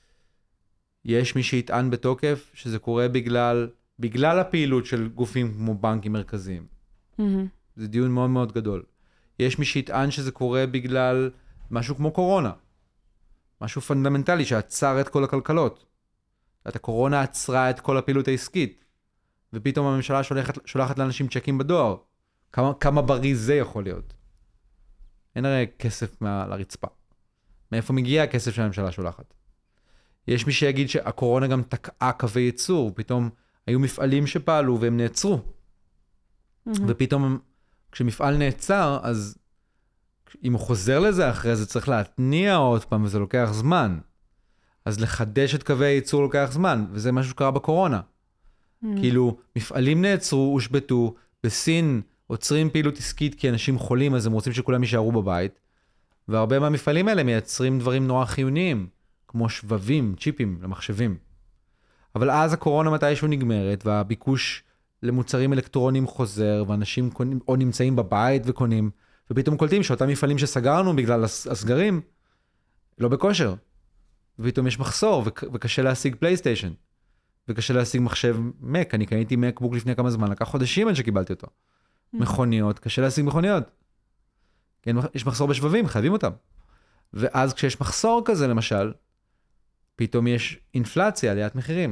יש מי שיטען בתוקף שזה קורה בגלל, בגלל הפעילות של גופים כמו בנקים מרכזיים. מהמם. זה זה דיון מאוד מאוד גדול. יש מי שיטען שזה קורה בגלל משהו כמו קורונה. משהו פונדמנטלי שעצר את כל הכלכלות. את הקורונה עצרה את כל הפעילות העסקית. ופתאום הממשלה שולחת, שולחת לאנשים צ'קים בדואר. כמה, כמה בריא זה יכול להיות? אין הרי כסף מה, לרצפה. מאיפה מגיע הכסף שהממשלה שולחת? יש מי שיגיד שהקורונה גם תקעה קווי ייצור. פתאום היו מפעלים שפעלו והם נעצרו. מהמם. ופתאום כשמפעל נעצר, אז אם הוא חוזר לזה אחרי זה, צריך להתניע עוד פעם, וזה לוקח זמן. אז לחדש את קווי הייצור לוקח זמן, וזה משהו שקרה בקורונה. כאילו, מפעלים נעצרו, הושבתו, בסין עוצרים פעילות עסקית כי אנשים חולים, אז הם רוצים שכולם יישארו בבית, והרבה מהמפעלים האלה מייצרים דברים נורא חיוניים, כמו שבבים, צ'יפים למחשבים. אבל אז הקורונה מתישהו נגמרת, והביקוש למוצרים אלקטרוניים חוזר, ואנשים קונים, או נמצאים בבית וקונים, ופתאום קולטים שאותם מפעלים שסגרנו בגלל הס- הסגרים, לא בכושר. ופתאום יש מחסור, וק- וקשה להשיג פלייסטיישן. וקשה להשיג מחשב מק. אני קניתי מקבוק לפני כמה זמן, לקח חודשים עד שקיבלתי אותו. מכוניות, קשה להשיג מכוניות. כן, יש מחסור בשבבים, חייבים אותם. ואז כשיש מחסור כזה, למשל, פתאום יש אינפלציה, עליית מחירים.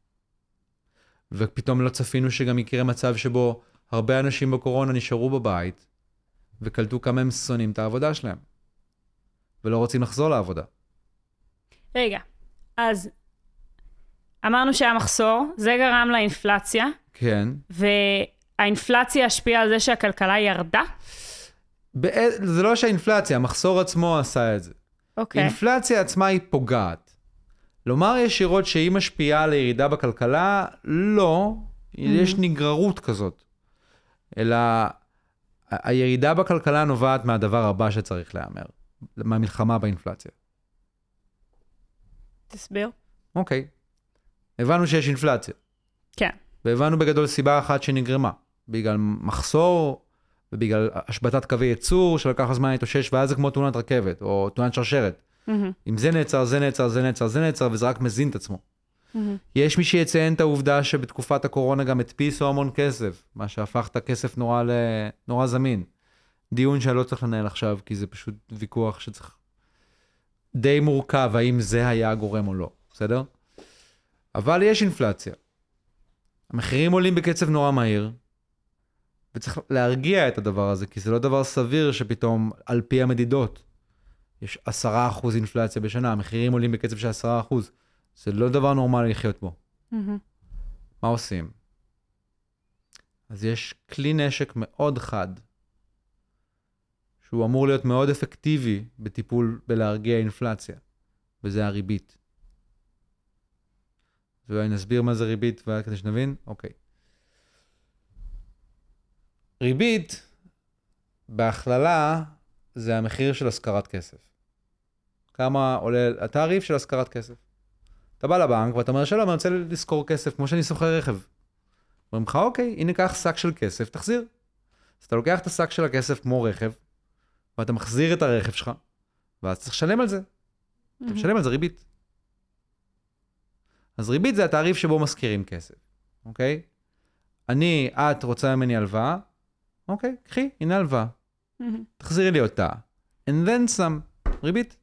ופתאום לא צפינו שגם יקרה מצב שבו הרבה אנשים בקורונה נשארו בבית, וקלטו כמה הם שונאים את העבודה שלהם. ולא רוצים לחזור לעבודה. רגע, אז אמרנו שהיה מחסור, זה גרם לאינפלציה, כן. והאינפלציה השפיעה על זה שהכלכלה ירדה? בא- זה לא שהאינפלציה, המחסור עצמו עשה את זה. אוקיי. אינפלציה עצמה היא פוגעת. לומר ישירות שהיא משפיעה על הירידה בכלכלה, לא, יש נגררות כזאת. אלא ה- הירידה בכלכלה נובעת מהדבר הבא שצריך להיאמר, מהמלחמה באינפלציה. תסביר. אוקיי. הבנו שיש אינפלציה. כן. והבנו בגדול סיבה אחת שנגרמה. בגלל מחסור ובגלל השבתת קווי ייצור שלקח הזמן להתאושש, ואז זה כמו תאונת רכבת או תאונת שרשרת. מהמם. אם זה נעצר, זה נעצר, זה נעצר, זה נעצר, וזה רק מזין את עצמו. מהמם. יש מי שיציין את העובדה שבתקופת הקורונה גם הדפיסו המון כסף, מה שהפך את הכסף נורא, ל... נורא זמין. דיון שאני לא צריך לנהל עכשיו, כי זה פשוט ויכוח שצריך... די מורכב, האם זה היה הגורם או לא, בסדר? אבל יש אינפלציה. המחירים עולים בקצב נורא מהיר, וצריך להרגיע את הדבר הזה, כי זה לא דבר סביר שפתאום, על פי המדידות, יש עשרה אחוז אינפלציה בשנה, המחירים עולים בקצב של עשרה אחוז. זה לא דבר נורמלי לחיות בו. מהמם. מה עושים? אז יש כלי נשק מאוד חד, שהוא אמור להיות מאוד אפקטיבי בטיפול בלהרגיע אינפלציה, וזה הריבית. ואולי נסביר מה זה ריבית, כדי שנבין? אוקיי. ריבית, בהכללה, זה המחיר של השכרת כסף. כמה עולה התעריף של השכרת כסף. אתה בא לבנק ואתה אומר שלום, אני רוצה לזכור כסף, כמו שאני סוחר רכב. אומרים לך, אוקיי, הנה קח שק של כסף, תחזיר. אז אתה לוקח את השק של הכסף כמו רכב, ואתה מחזיר את הרכב שלך, ואז צריך לשלם על זה. אתה משלם על זה ריבית. אז ריבית זה התעריף שבו מזכירים כסף, אוקיי? אני, את רוצה ממני הלוואה, אוקיי, קחי, הנה הלוואה. מהמם. תחזירי לי אותה. And then some, ריבית.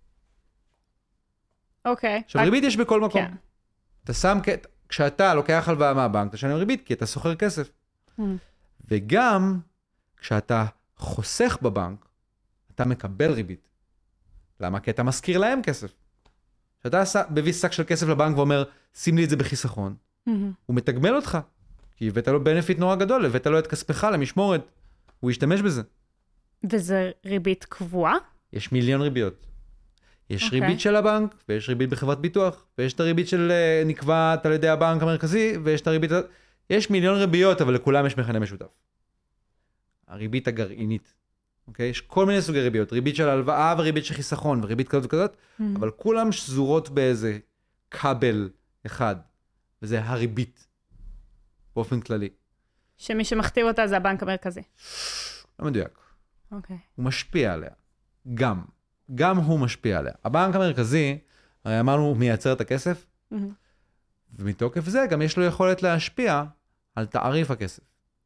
אוקיי. עכשיו, ריבית יש בכל מקום. כן. אתה שם, כ- כשאתה לוקח הלוואה מהבנק, אתה משלם ריבית, כי אתה סוחר כסף. מהמם. וגם, כשאתה חוסך בבנק, אתה מקבל ריבית. למה? כי אתה מזכיר להם כסף. כשאתה מביא שק של כסף לבנק ואומר, שים לי את זה בחיסכון, mm-hmm. הוא מתגמל אותך. כי הבאת לו בנפיט נורא גדול, הבאת לו את כספך למשמורת, הוא ישתמש בזה. וזה ריבית קבועה? יש מיליון ריביות. יש okay. אוקיי. ריבית של הבנק, ויש ריבית בחברת ביטוח, ויש את הריבית של נקבעת על ידי הבנק המרכזי, ויש את הריבית... יש מיליון ריביות, אבל לכולם יש מכנה משותף. הריבית הגרעינית. אוקיי? יש כל מיני סוגי ריביות. ריבית של הלוואה וריבית של חיסכון, וריבית כזאת וכזאת, mm-hmm. אבל כולם שזורות באיזה כבל אחד, וזה הריבית, באופן כללי. שמי שמכתיב אותה זה הבנק המרכזי. לא מדויק. אוקיי. הוא משפיע עליה. גם. גם הוא משפיע עליה. הבנק המרכזי, הרי אמרנו, הוא מייצר את הכסף, mm-hmm. ומתוקף זה גם יש לו יכולת להשפיע על תעריף הכסף.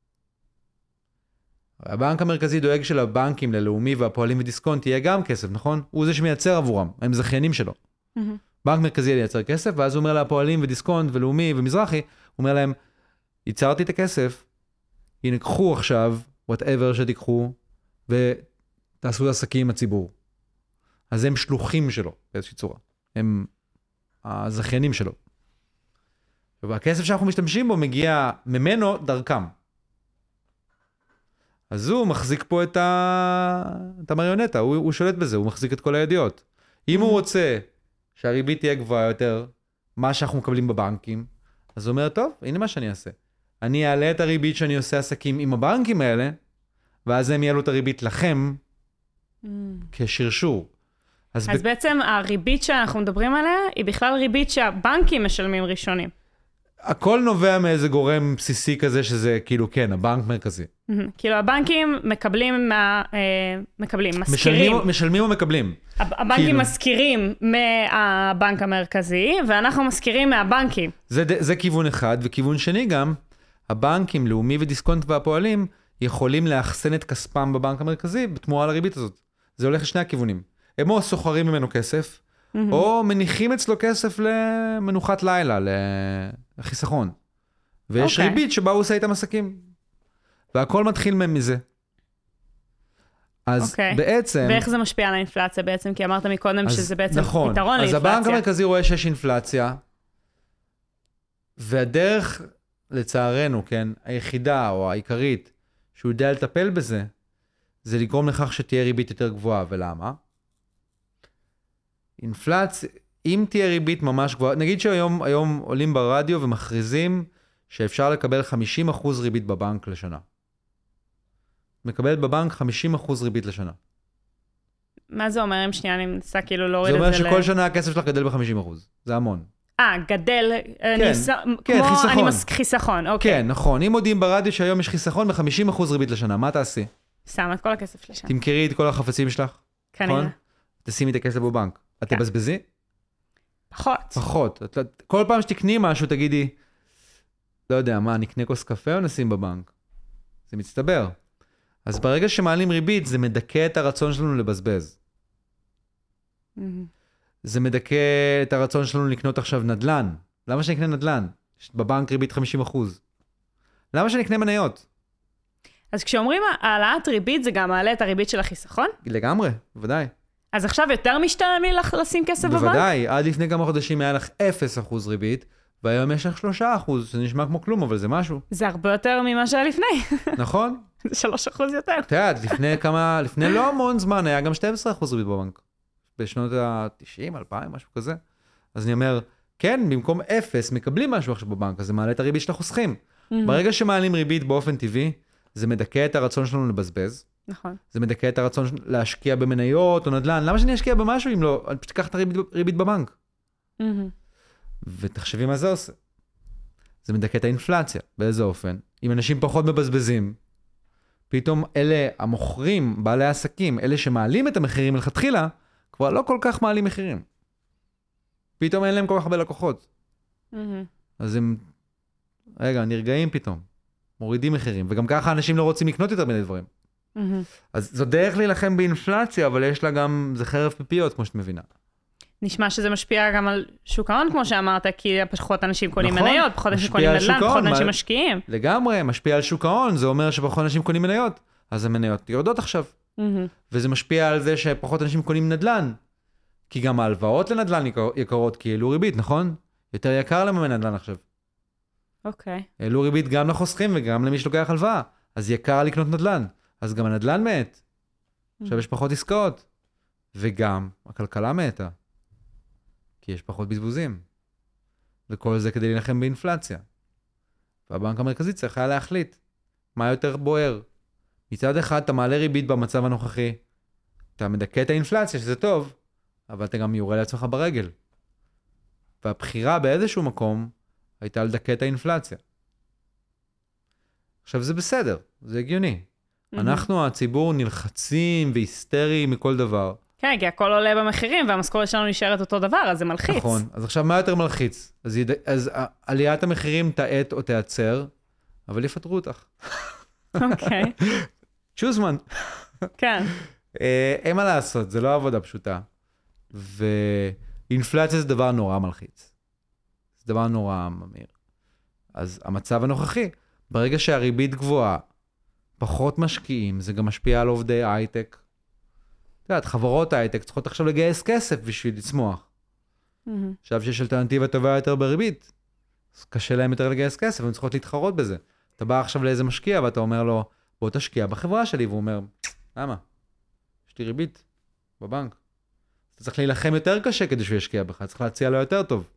הבנק המרכזי דואג שלבנקים, ללאומי והפועלים ודיסקונט תהיה גם כסף, נכון? הוא זה שמייצר עבורם, הם זכיינים שלו. Mm-hmm. בנק מרכזי ייצר כסף, ואז הוא אומר לפועלים ודיסקונט ולאומי ומזרחי, הוא אומר להם, ייצרתי את הכסף, הנה קחו עכשיו, whatever שתיקחו, ותעשו עסקים עם הציבור. אז הם שלוחים שלו, באיזושהי צורה. הם הזכיינים שלו. והכסף שאנחנו משתמשים בו מגיע ממנו דרכם. אז הוא מחזיק פה את, ה... את המריונטה, הוא, הוא שולט בזה, הוא מחזיק את כל הידיעות. אם הוא רוצה שהריבית תהיה גבוהה יותר, מה שאנחנו מקבלים בבנקים, אז הוא אומר, טוב, הנה מה שאני אעשה. אני אעלה את הריבית שאני עושה עסקים עם הבנקים האלה, ואז הם יעלו את הריבית לכם, mm. כשרשור. אז, אז ב... בעצם הריבית שאנחנו מדברים עליה, היא בכלל ריבית שהבנקים משלמים ראשונים. הכל נובע מאיזה גורם בסיסי כזה, שזה כאילו, כן, הבנק מרכזי. כאילו, הבנקים מקבלים, מקבלים, מזכירים. משלמים או מקבלים. הבנקים מזכירים מהבנק המרכזי, ואנחנו מזכירים מהבנקים. זה כיוון אחד, וכיוון שני גם, הבנקים, לאומי ודיסקונט והפועלים, יכולים לאחסן את כספם בבנק המרכזי, בתמורה לריבית הזאת. זה הולך לשני הכיוונים. הם או סוחרים ממנו כסף, או מניחים אצלו כסף למנוחת לילה, לחיסכון. ויש okay. ריבית שבה הוא עושה איתם עסקים. והכל מתחיל מזה. אז okay. בעצם... ואיך זה משפיע על האינפלציה בעצם? כי אמרת מקודם אז, שזה בעצם נכון. פתרון אז לאינפלציה. הבנק המרכזי רואה שיש אינפלציה, והדרך, לצערנו, כן, היחידה או העיקרית, שהוא יודע לטפל בזה, זה לגרום לכך שתהיה ריבית יותר גבוהה. ולמה? אינפלציה, אם תהיה ריבית ממש גבוהה, נגיד שהיום היום עולים ברדיו ומכריזים שאפשר לקבל חמישים אחוז ריבית בבנק לשנה. מקבלת בבנק חמישים אחוז ריבית לשנה. מה זה אומר? אם שנייה אני מנסה כאילו להוריד את זה זה. זה אומר שכל שנה הכסף שלך גדל ב-חמישים אחוז. זה המון. אה, גדל, כן, ניס... כן, כמו חיסכון. אני מס... חיסכון, אוקיי. כן, נכון. אם מודיעים ברדיו שהיום יש חיסכון ב-חמישים אחוז ריבית לשנה, מה תעשי? שם את כל הכסף לשנה. תמכרי את כל החפצים שלך. כנראה. נכון? תשימי את הכסף בבנק. את תבזבזי? פחות. פחות. כל פעם שתקני משהו, תגידי, לא יודע, מה, נקנה כוס קפה או נשים בבנק? זה מצטבר. אז ברגע שמעלים ריבית, זה מדכא את הרצון שלנו לבזבז. Mm-hmm. זה מדכא את הרצון שלנו לקנות עכשיו נדלן. למה שנקנה נדלן? יש בבנק ריבית חמישים אחוז. למה שנקנה מניות? אז כשאומרים העלאת ריבית, זה גם מעלה את הריבית של החיסכון? לגמרי, בוודאי. אז עכשיו יותר משתלם לי לשים כסף בבנק? בוודאי, עד לפני כמה חודשים היה לך אפס אחוז ריבית, והיום יש לך שלושה אחוז, זה נשמע כמו כלום, אבל זה משהו. זה הרבה יותר ממה שהיה לפני. נכון. זה שלושה אחוז יותר. אתה יודע, לפני כמה, לפני לא המון זמן, היה גם שנים עשר אחוז ריבית בבנק. בשנות ה-תשעים, אלפיים, משהו כזה. אז אני אומר, כן, במקום אפס, מקבלים משהו עכשיו בבנק, אז זה מעלה את הריבית של החוסכים. ברגע שמעלים ריבית באופן טבעי, זה מדכא את הרצון שלנו לבזבז. נכון. זה מדכא את הרצון להשקיע במניות או נדל"ן. למה שאני אשקיע במשהו אם לא? אני פשוט אקח את הריבית בבנק. ותחשבי מה זה עושה. זה מדכא את האינפלציה. באיזה אופן? אם אנשים פחות מבזבזים, פתאום אלה המוכרים, בעלי העסקים, אלה שמעלים את המחירים מלכתחילה, כבר לא כל כך מעלים מחירים. פתאום אין להם כל כך הרבה לקוחות. אז הם, רגע, נרגעים פתאום. מורידים מחירים. וגם ככה אנשים לא רוצים לקנות יותר מיני דברים. אז זו דרך להילחם באינפלציה, אבל יש לה גם, זה חרב פיפיות, כמו שאת מבינה. נשמע שזה משפיע גם על שוק ההון, כמו שאמרת, כי פחות אנשים קונים מניות, פחות אנשים קונים נדל"ן, פחות אנשים משקיעים. לגמרי, משפיע על שוק ההון, זה אומר שפחות אנשים קונים מניות. אז המניות יורדות עכשיו. וזה משפיע על זה שפחות אנשים קונים נדל"ן. כי גם ההלוואות לנדל"ן יקרות, כי העלו ריבית, נכון? יותר יקר לממן נדל"ן עכשיו. אוקיי. העלו ריבית גם לחוסכים וגם למי שלוקח הלוואה. אז יקר לקנות נדל"ן. אז גם הנדל"ן מת. עכשיו יש פחות עסקאות. וגם הכלכלה מתה. כי יש פחות בזבוזים. וכל זה כדי להילחם באינפלציה. והבנק המרכזי צריך היה להחליט מה יותר בוער. מצד אחד אתה מעלה ריבית במצב הנוכחי, אתה מדכא את האינפלציה, שזה טוב, אבל אתה גם יורה לעצמך ברגל. והבחירה באיזשהו מקום הייתה לדכא את האינפלציה. עכשיו זה בסדר, זה הגיוני. Mm-hmm. אנחנו, הציבור, נלחצים והיסטריים מכל דבר. כן, כי הכל עולה במחירים, והמשכורת שלנו נשארת אותו דבר, אז זה מלחיץ. נכון, אז עכשיו מה יותר מלחיץ? אז, יד... אז עליית המחירים תעט או תעצר, אבל יפטרו אותך. אוקיי. choose one. כן. אין מה לעשות, זה לא עבודה פשוטה. ואינפלציה זה דבר נורא מלחיץ. זה דבר נורא ממיר. אז המצב הנוכחי, ברגע שהריבית גבוהה, פחות משקיעים, זה גם משפיע על עובדי הייטק. את יודעת, חברות הייטק צריכות עכשיו לגייס כסף בשביל לצמוח. עכשיו שיש אלטרנטיבה טובה יותר בריבית, אז קשה להם יותר לגייס כסף, הם צריכות להתחרות בזה. אתה בא עכשיו לאיזה משקיע, ואתה אומר לו, בוא תשקיע בחברה שלי, והוא אומר, למה? יש לי ריבית בבנק. אתה צריך להילחם יותר קשה כדי שהוא ישקיע בך, צריך להציע לו יותר טוב.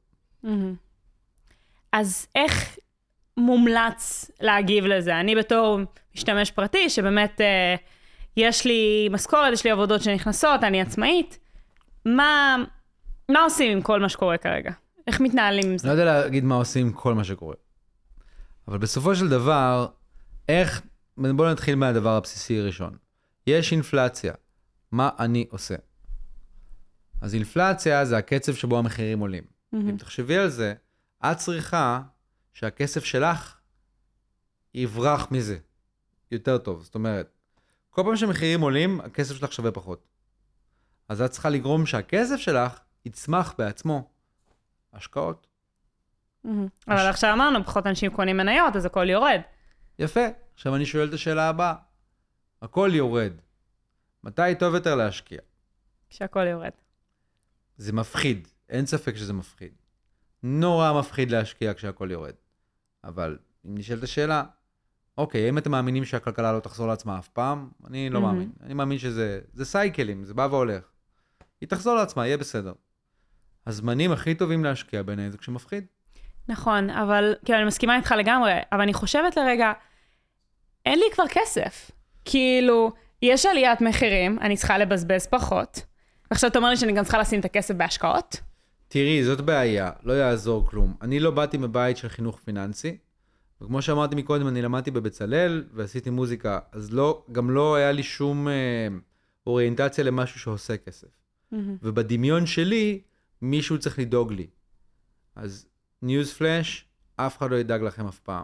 אז איך מומלץ להגיב לזה? אני בתור משתמש פרטי, שבאמת אה, יש לי משכורת, יש לי עבודות שנכנסות, אני עצמאית. מה, מה עושים עם כל מה שקורה כרגע? איך מתנהלים עם זה? לא יודע להגיד מה עושים עם כל מה שקורה. אבל בסופו של דבר, איך, בואו נתחיל מהדבר הבסיסי הראשון. יש אינפלציה. מה אני עושה? אז אינפלציה זה הקצב שבו המחירים עולים. Mm-hmm. אם תחשבי על זה, את צריכה שהכסף שלך יברח מזה. יותר טוב. זאת אומרת, כל פעם שמחירים עולים, הכסף שלך שווה פחות. אז את צריכה לגרום שהכסף שלך יצמח בעצמו. השקעות. Mm-hmm. אבל הש... עכשיו אמרנו, פחות אנשים קונים מניות, אז הכל יורד. יפה. עכשיו אני שואל את השאלה הבאה. הכל יורד. מתי טוב יותר להשקיע? כשהכל יורד. זה מפחיד. אין ספק שזה מפחיד. נורא מפחיד להשקיע כשהכל יורד. אבל אם נשאלת השאלה, אוקיי, אם אתם מאמינים שהכלכלה לא תחזור לעצמה אף פעם, אני לא mm-hmm. מאמין. אני מאמין שזה זה סייקלים, זה בא והולך. היא תחזור לעצמה, יהיה בסדר. הזמנים הכי טובים להשקיע ביניהם זה כשמפחיד. נכון, אבל כאילו אני מסכימה איתך לגמרי, אבל אני חושבת לרגע, אין לי כבר כסף. כאילו, יש עליית מחירים, אני צריכה לבזבז פחות, ועכשיו אתה אומר לי שאני גם צריכה לשים את הכסף בהשקעות? תראי, זאת בעיה, לא יעזור כלום. אני לא באתי מבית של חינוך פיננסי, וכמו שאמרתי מקודם, אני למדתי בבצלאל ועשיתי מוזיקה, אז לא, גם לא היה לי שום אה, אוריינטציה למשהו שעושה כסף. Mm-hmm. ובדמיון שלי, מישהו צריך לדאוג לי. אז ניוז פלאש, אף אחד לא ידאג לכם אף פעם.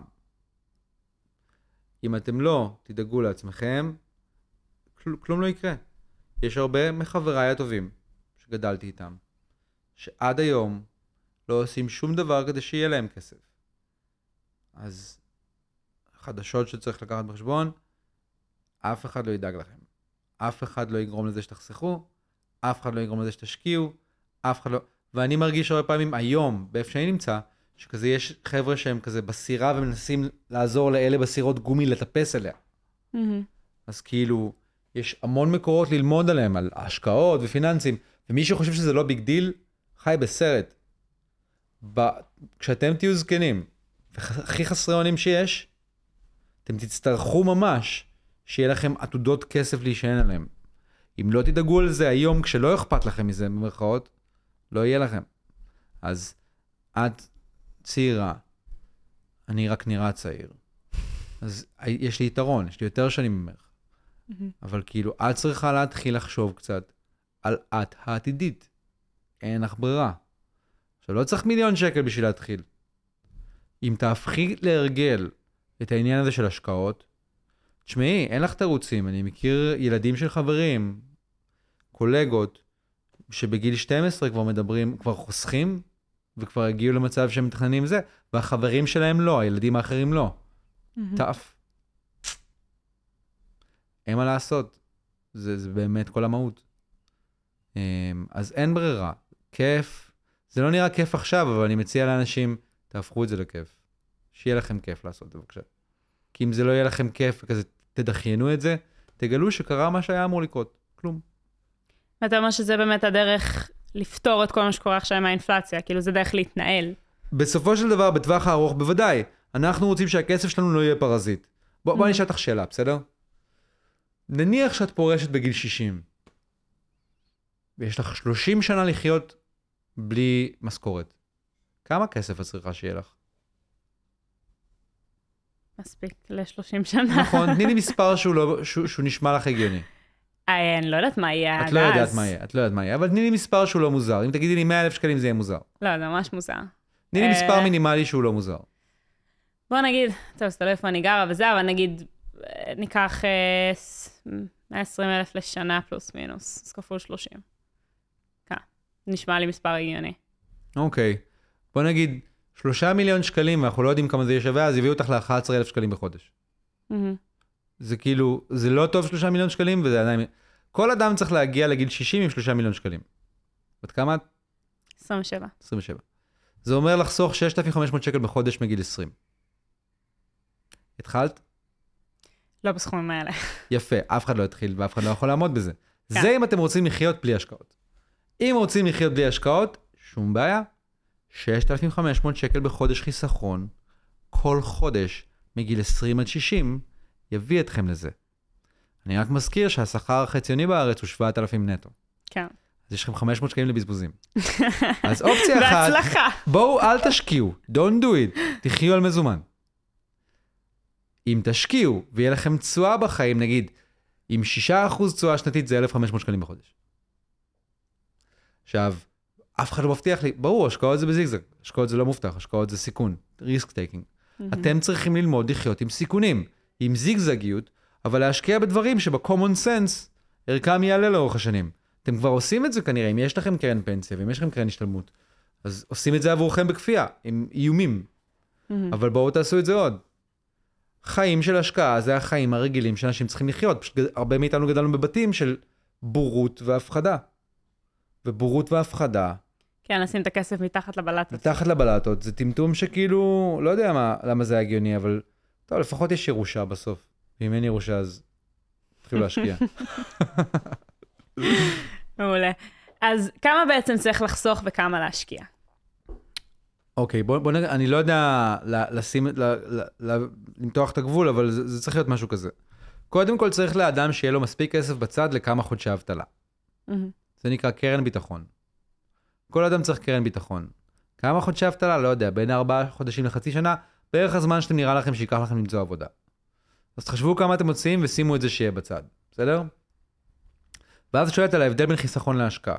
אם אתם לא תדאגו לעצמכם, כל, כלום לא יקרה. יש הרבה מחבריי הטובים שגדלתי איתם, שעד היום לא עושים שום דבר כדי שיהיה להם כסף. אז חדשות שצריך לקחת בחשבון, אף אחד לא ידאג לכם. אף אחד לא יגרום לזה שתחסכו, אף אחד לא יגרום לזה שתשקיעו, אף אחד לא... ואני מרגיש הרבה פעמים היום, באיפה שאני נמצא, שכזה יש חבר'ה שהם כזה בסירה ומנסים לעזור לאלה בסירות גומי לטפס עליה. Mm-hmm. אז כאילו, יש המון מקורות ללמוד עליהם, על השקעות ופיננסים, ומי שחושב שזה לא ביג דיל, חי בסרט. ב... כשאתם תהיו זקנים, והכי חסרי אונים שיש, אתם תצטרכו ממש שיהיה לכם עתודות כסף להישען עליהם. אם לא תדאגו על זה היום, כשלא אכפת לכם מזה, במרכאות, לא יהיה לכם. אז את צעירה, אני רק נראה צעיר. אז יש לי יתרון, יש לי יותר שנים ממך. Mm-hmm. אבל כאילו, את צריכה להתחיל לחשוב קצת על את העתידית. אין לך ברירה. עכשיו, לא צריך מיליון שקל בשביל להתחיל. אם תהפכי להרגל את העניין הזה של השקעות, תשמעי, אין לך תירוצים. אני מכיר ילדים של חברים, קולגות, שבגיל שתים עשרה כבר מדברים, כבר חוסכים, וכבר הגיעו למצב שהם מתכננים זה, והחברים שלהם לא, הילדים האחרים לא. טף. אין מה לעשות. זה, זה באמת כל המהות. אז אין ברירה. כיף, זה לא נראה כיף עכשיו, אבל אני מציע לאנשים, תהפכו את זה לכיף. שיהיה לכם כיף לעשות את זה בבקשה. כי אם זה לא יהיה לכם כיף, וכזה תדחיינו את זה, תגלו שקרה מה שהיה אמור לקרות. כלום. ואתה אומר שזה באמת הדרך לפתור את כל מה שקורה עכשיו עם האינפלציה, כאילו זה דרך להתנהל. בסופו של דבר, בטווח הארוך, בוודאי, אנחנו רוצים שהכסף שלנו לא יהיה פרזיט. בוא, בוא נשאל אותך שאלה, בסדר? נניח שאת פורשת בגיל שישים, ויש לך שלושים שנה לחיות בלי משכורת. כמה כסף את צריכה שיהיה לך? מספיק ל-שלושים שנה. נכון, תני לי מספר שהוא, לא, שהוא, שהוא נשמע לך הגיוני. אני לא יודעת מה יהיה עד אז. את לא יודעת מה יהיה, את לא יודעת מה יהיה, אבל תני לי מספר שהוא לא מוזר. אם תגידי לי מאה אלף שקלים זה יהיה מוזר. לא, זה ממש מוזר. תני לי מספר מינימלי שהוא לא מוזר. בוא נגיד, טוב, זה לא איפה אני גרה וזה, אבל נגיד, ניקח מאה ועשרים אלף לשנה פלוס מינוס, אז כפול שלושים. כן, נשמע לי מספר הגיוני. אוקיי, בוא נגיד, שלושה מיליון שקלים, ואנחנו לא יודעים כמה זה יהיה שווה, אז יביאו אותך ל-אחד עשר אלף שקלים בחודש. זה כאילו, זה לא טוב שלושה מיליון שקלים, וזה עדיין... כל אדם צריך להגיע לגיל שישים עם שלושה מיליון שקלים. בת כמה? עשרים ושבע. עשרים ושבע. זה אומר לחסוך שישת אלפים וחמש מאות שקל בחודש מגיל עשרים. התחלת? לא בסכומים האלה. יפה, אף אחד לא התחיל, ואף אחד לא יכול לעמוד בזה. זה אם אתם רוצים לחיות בלי השקעות. אם רוצים לחיות בלי השקעות, שום בעיה. שישת אלפים וחמש מאות שקל בחודש חיסכון, כל חודש מגיל עשרים עד שישים, יביא אתכם לזה. אני רק מזכיר שהשכר החציוני בארץ הוא שבעת אלפים נטו. כן. אז יש לכם חמש מאות שקלים לבזבוזים. אז אופציה אחת, בהצלחה. בואו אל תשקיעו, don't do it, תחיו על מזומן. אם תשקיעו ויהיה לכם תשואה בחיים, נגיד, עם שישה אחוז תשואה שנתית זה אלף וחמש מאות שקלים בחודש. עכשיו, אף אחד לא מבטיח לי, ברור, השקעות זה בזיגזג, השקעות זה לא מובטח, השקעות זה סיכון, risk taking. Mm-hmm. אתם צריכים ללמוד לחיות עם סיכונים, עם זיגזגיות, אבל להשקיע בדברים שב-common sense ערכם יעלה לאורך השנים. אתם כבר עושים את זה כנראה, אם יש לכם קרן פנסיה, ואם יש לכם קרן השתלמות, אז עושים את זה עבורכם בכפייה, עם איומים. Mm-hmm. אבל בואו תעשו את זה עוד. חיים של השקעה, זה החיים הרגילים שאנשים צריכים לחיות. פשוט הרבה מאיתנו גדלנו בבתים של בורות והפחדה. ובורות והפחדה. כן, נשים את הכסף מתחת לבלטות. מתחת לבלטות. זה טמטום שכאילו, לא יודע מה, למה זה הגיוני, אבל טוב, לפחות יש ירושה בסוף. ואם אין ירושה, אז תתחילו להשקיע. מעולה. אז כמה בעצם צריך לחסוך וכמה להשקיע? אוקיי, בוא, בוא נגיד, אני לא יודע לשים, למתוח את הגבול, אבל זה, זה צריך להיות משהו כזה. קודם כל צריך לאדם שיהיה לו מספיק כסף בצד לכמה חודשי אבטלה. Mm-hmm. זה נקרא קרן ביטחון. כל אדם צריך קרן ביטחון. כמה חודשי אבטלה? לא יודע, בין ארבעה חודשים לחצי שנה, בערך הזמן שאתם נראה לכם שיקח לכם למצוא עבודה. אז תחשבו כמה אתם מוצאים ושימו את זה שיהיה בצד. בסדר? ואז שואלת על ההבדל בין חיסכון להשקעה.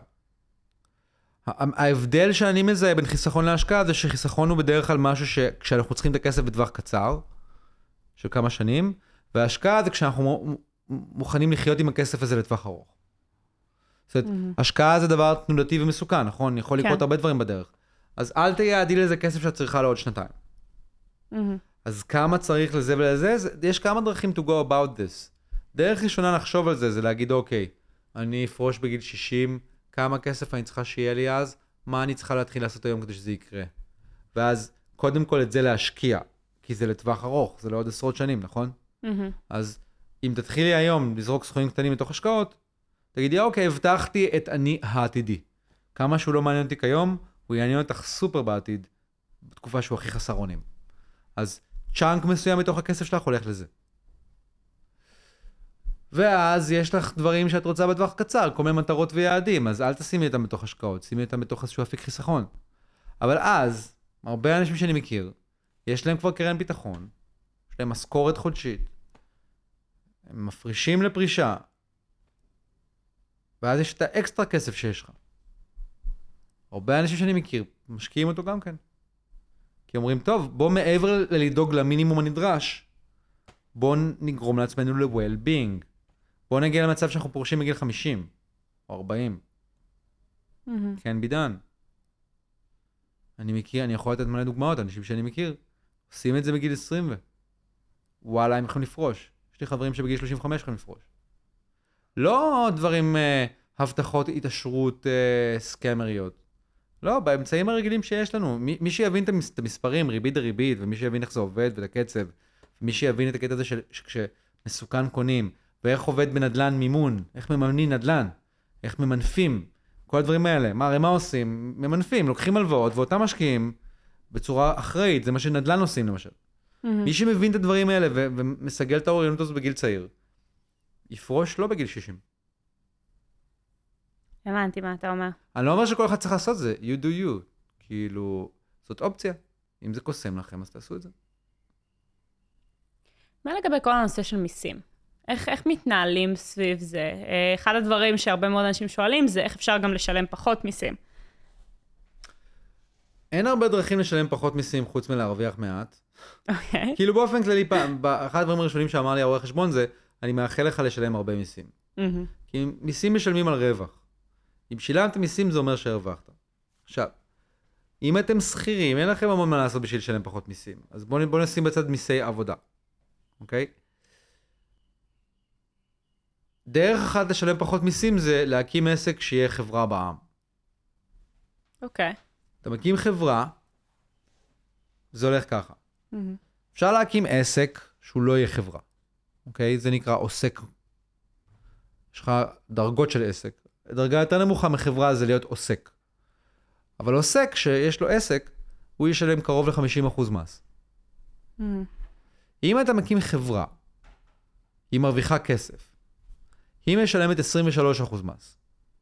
ההבדל שאני מזהה בין חיסכון להשקעה זה שחיסכון הוא בדרך כלל משהו שכשאנחנו צריכים את הכסף בטווח קצר, של כמה שנים, וההשקעה זה כשאנחנו מוכנים לחיות עם הכסף הזה לטווח ארוך. זאת אומרת, mm-hmm. השקעה זה דבר תנודתי ומסוכן, נכון? יכול לקרות כן. הרבה דברים בדרך. אז אל תייעדי לזה כסף שאת צריכה לעוד שנתיים. Mm-hmm. אז כמה צריך לזה ולזה? זה, יש כמה דרכים to go about this. דרך ראשונה לחשוב על זה, זה להגיד, אוקיי, אני אפרוש בגיל שישים, כמה כסף אני צריכה שיהיה לי אז, מה אני צריכה להתחיל לעשות היום כדי שזה יקרה. ואז קודם כל את זה להשקיע, כי זה לטווח ארוך, זה לעוד עשרות שנים, נכון? Mm-hmm. אז אם תתחילי היום לזרוק סכומים קטנים מתוך השקעות, תגידי, אוקיי, הבטחתי את אני העתידי. כמה שהוא לא מעניין אותי כיום, הוא יעניין אותך סופר בעתיד, בתקופה שהוא הכי חסר אונים. אז צ'אנק מסוים מתוך הכסף שלך הולך לזה. ואז יש לך דברים שאת רוצה בטווח קצר, כל מיני מטרות ויעדים, אז אל תשימי אותם בתוך השקעות, שימי אותם בתוך איזשהו אפיק חיסכון. אבל אז, הרבה אנשים שאני מכיר, יש להם כבר קרן ביטחון, יש להם משכורת חודשית, הם מפרישים לפרישה, ואז יש את האקסטרה כסף שיש לך. הרבה אנשים שאני מכיר, משקיעים אותו גם כן. כי אומרים, טוב, בוא מעבר לדאוג למינימום הנדרש, בוא נגרום לעצמנו ל-well-being. בוא נגיע למצב שאנחנו פורשים בגיל חמישים, או ארבעים. Mm-hmm. כן, בידן. אני מכיר, אני יכול לתת מלא דוגמאות, אנשים שאני מכיר, עושים את זה בגיל עשרים ו... וואלה, הם יכולים לפרוש. יש לי חברים שבגיל שלושים וחמש יכולים לפרוש. לא דברים, אה, הבטחות התעשרות אה, סקמריות. לא, באמצעים הרגילים שיש לנו. מי, מי שיבין את המס- את המספרים, ריבית דריבית, ומי שיבין איך זה עובד ואת הקצב, ומי שיבין את הקטע הזה של, שכשמסוכן קונים, ואיך עובד בנדלן מימון, איך מממנים נדלן, איך ממנפים, כל הדברים האלה. מה, הרי מה עושים? ממנפים, לוקחים הלוואות, ואותם משקיעים בצורה אחראית, זה מה שנדלן עושים למשל. Mm-hmm. מי שמבין את הדברים האלה ו- ומסגל את האוריינות הזאת בגיל צעיר, יפרוש לא בגיל שישים. הבנתי מה אתה אומר. אני לא אומר שכל אחד צריך לעשות זה, you do you. כאילו, זאת אופציה. אם זה קוסם לכם, אז תעשו את זה. מה לגבי כל הנושא של מיסים? איך, איך מתנהלים סביב זה? אחד הדברים שהרבה מאוד אנשים שואלים זה איך אפשר גם לשלם פחות מיסים. אין הרבה דרכים לשלם פחות מיסים חוץ מלהרוויח מעט. אוקיי. כאילו באופן כללי, פעם, אחד הדברים הראשונים שאמר לי הרואה חשבון זה, אני מאחל לך לשלם הרבה מיסים. Mm-hmm. כי מיסים משלמים על רווח. אם שילמת מיסים זה אומר שהרווחת. עכשיו, אם אתם שכירים, אין לכם המון מה לעשות בשביל לשלם פחות מיסים. אז בואו בוא נשים בצד מיסי עבודה. אוקיי? דרך אחת לשלם פחות מיסים זה להקים עסק שיהיה חברה בעם. אוקיי. אתה מקים חברה, זה הולך ככה. Mm-hmm. אפשר להקים עסק שהוא לא יהיה חברה. אוקיי? זה נקרא עוסק. יש לך דרגות של עסק. דרגה יותר נמוכה מחברה זה להיות עוסק. אבל עוסק שיש לו עסק, הוא ישלם קרוב ל-חמישים אחוז מס. Mm-hmm. אם אתה מקים חברה, היא מרוויחה כסף. היא משלמת עשרים ושלושה אחוז מס.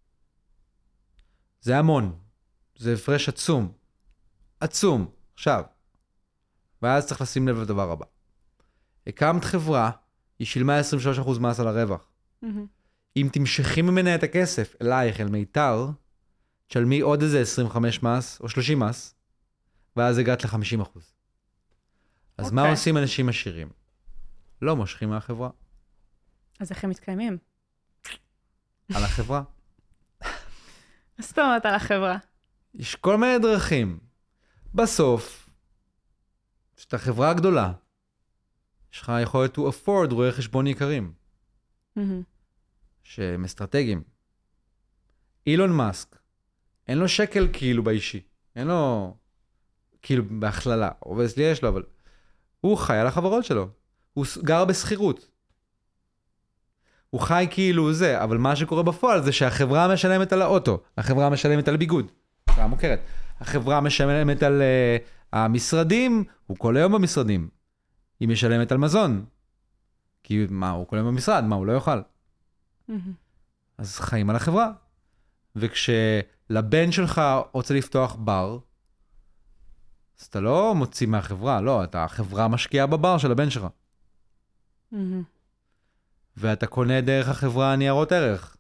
זה המון. זה הפרש עצום. עצום. עכשיו. ואז צריך לשים לב לדבר הבא. הקמת חברה, היא שילמה עשרים ושלושה אחוז מס על הרווח. Mm-hmm. אם תמשכי ממנה את הכסף אלייך, אל מיתר, תשלמי עוד איזה עשרים וחמש מס, או שלושים מס, ואז הגעת ל-חמישים אחוז. אז אוקיי. מה עושים אנשים עשירים? לא מושכים מהחברה. אז איך הם מתקיימים? על החברה. מה זאת אומרת על החברה? יש כל מיני דרכים. בסוף, כשאתה חברה גדולה, יש לך יכולת to afford רואי חשבון יקרים, Mm-hmm. שהם אסטרטגיים. אילון מאסק, אין לו שקל כאילו באישי. אין לו כאילו בהכללה. אובייסלי יש לו, אבל הוא חי על החברות שלו. הוא גר בסחירות. הוא חי כאילו זה, אבל מה שקורה בפועל זה שהחברה משלמת על האוטו, החברה משלמת על ביגוד, חברה מוכרת. החברה משלמת על uh, המשרדים, הוא כל היום במשרדים. היא משלמת על מזון. כי מה, הוא כל היום במשרד, מה, הוא לא יאכל. Mm-hmm. אז חיים על החברה. וכשלבן שלך רוצה לפתוח בר, אז אתה לא מוציא מהחברה, לא, אתה החברה משקיעה בבר של הבן שלך. Mm-hmm. ואתה קונה דרך החברה ניירות ערך.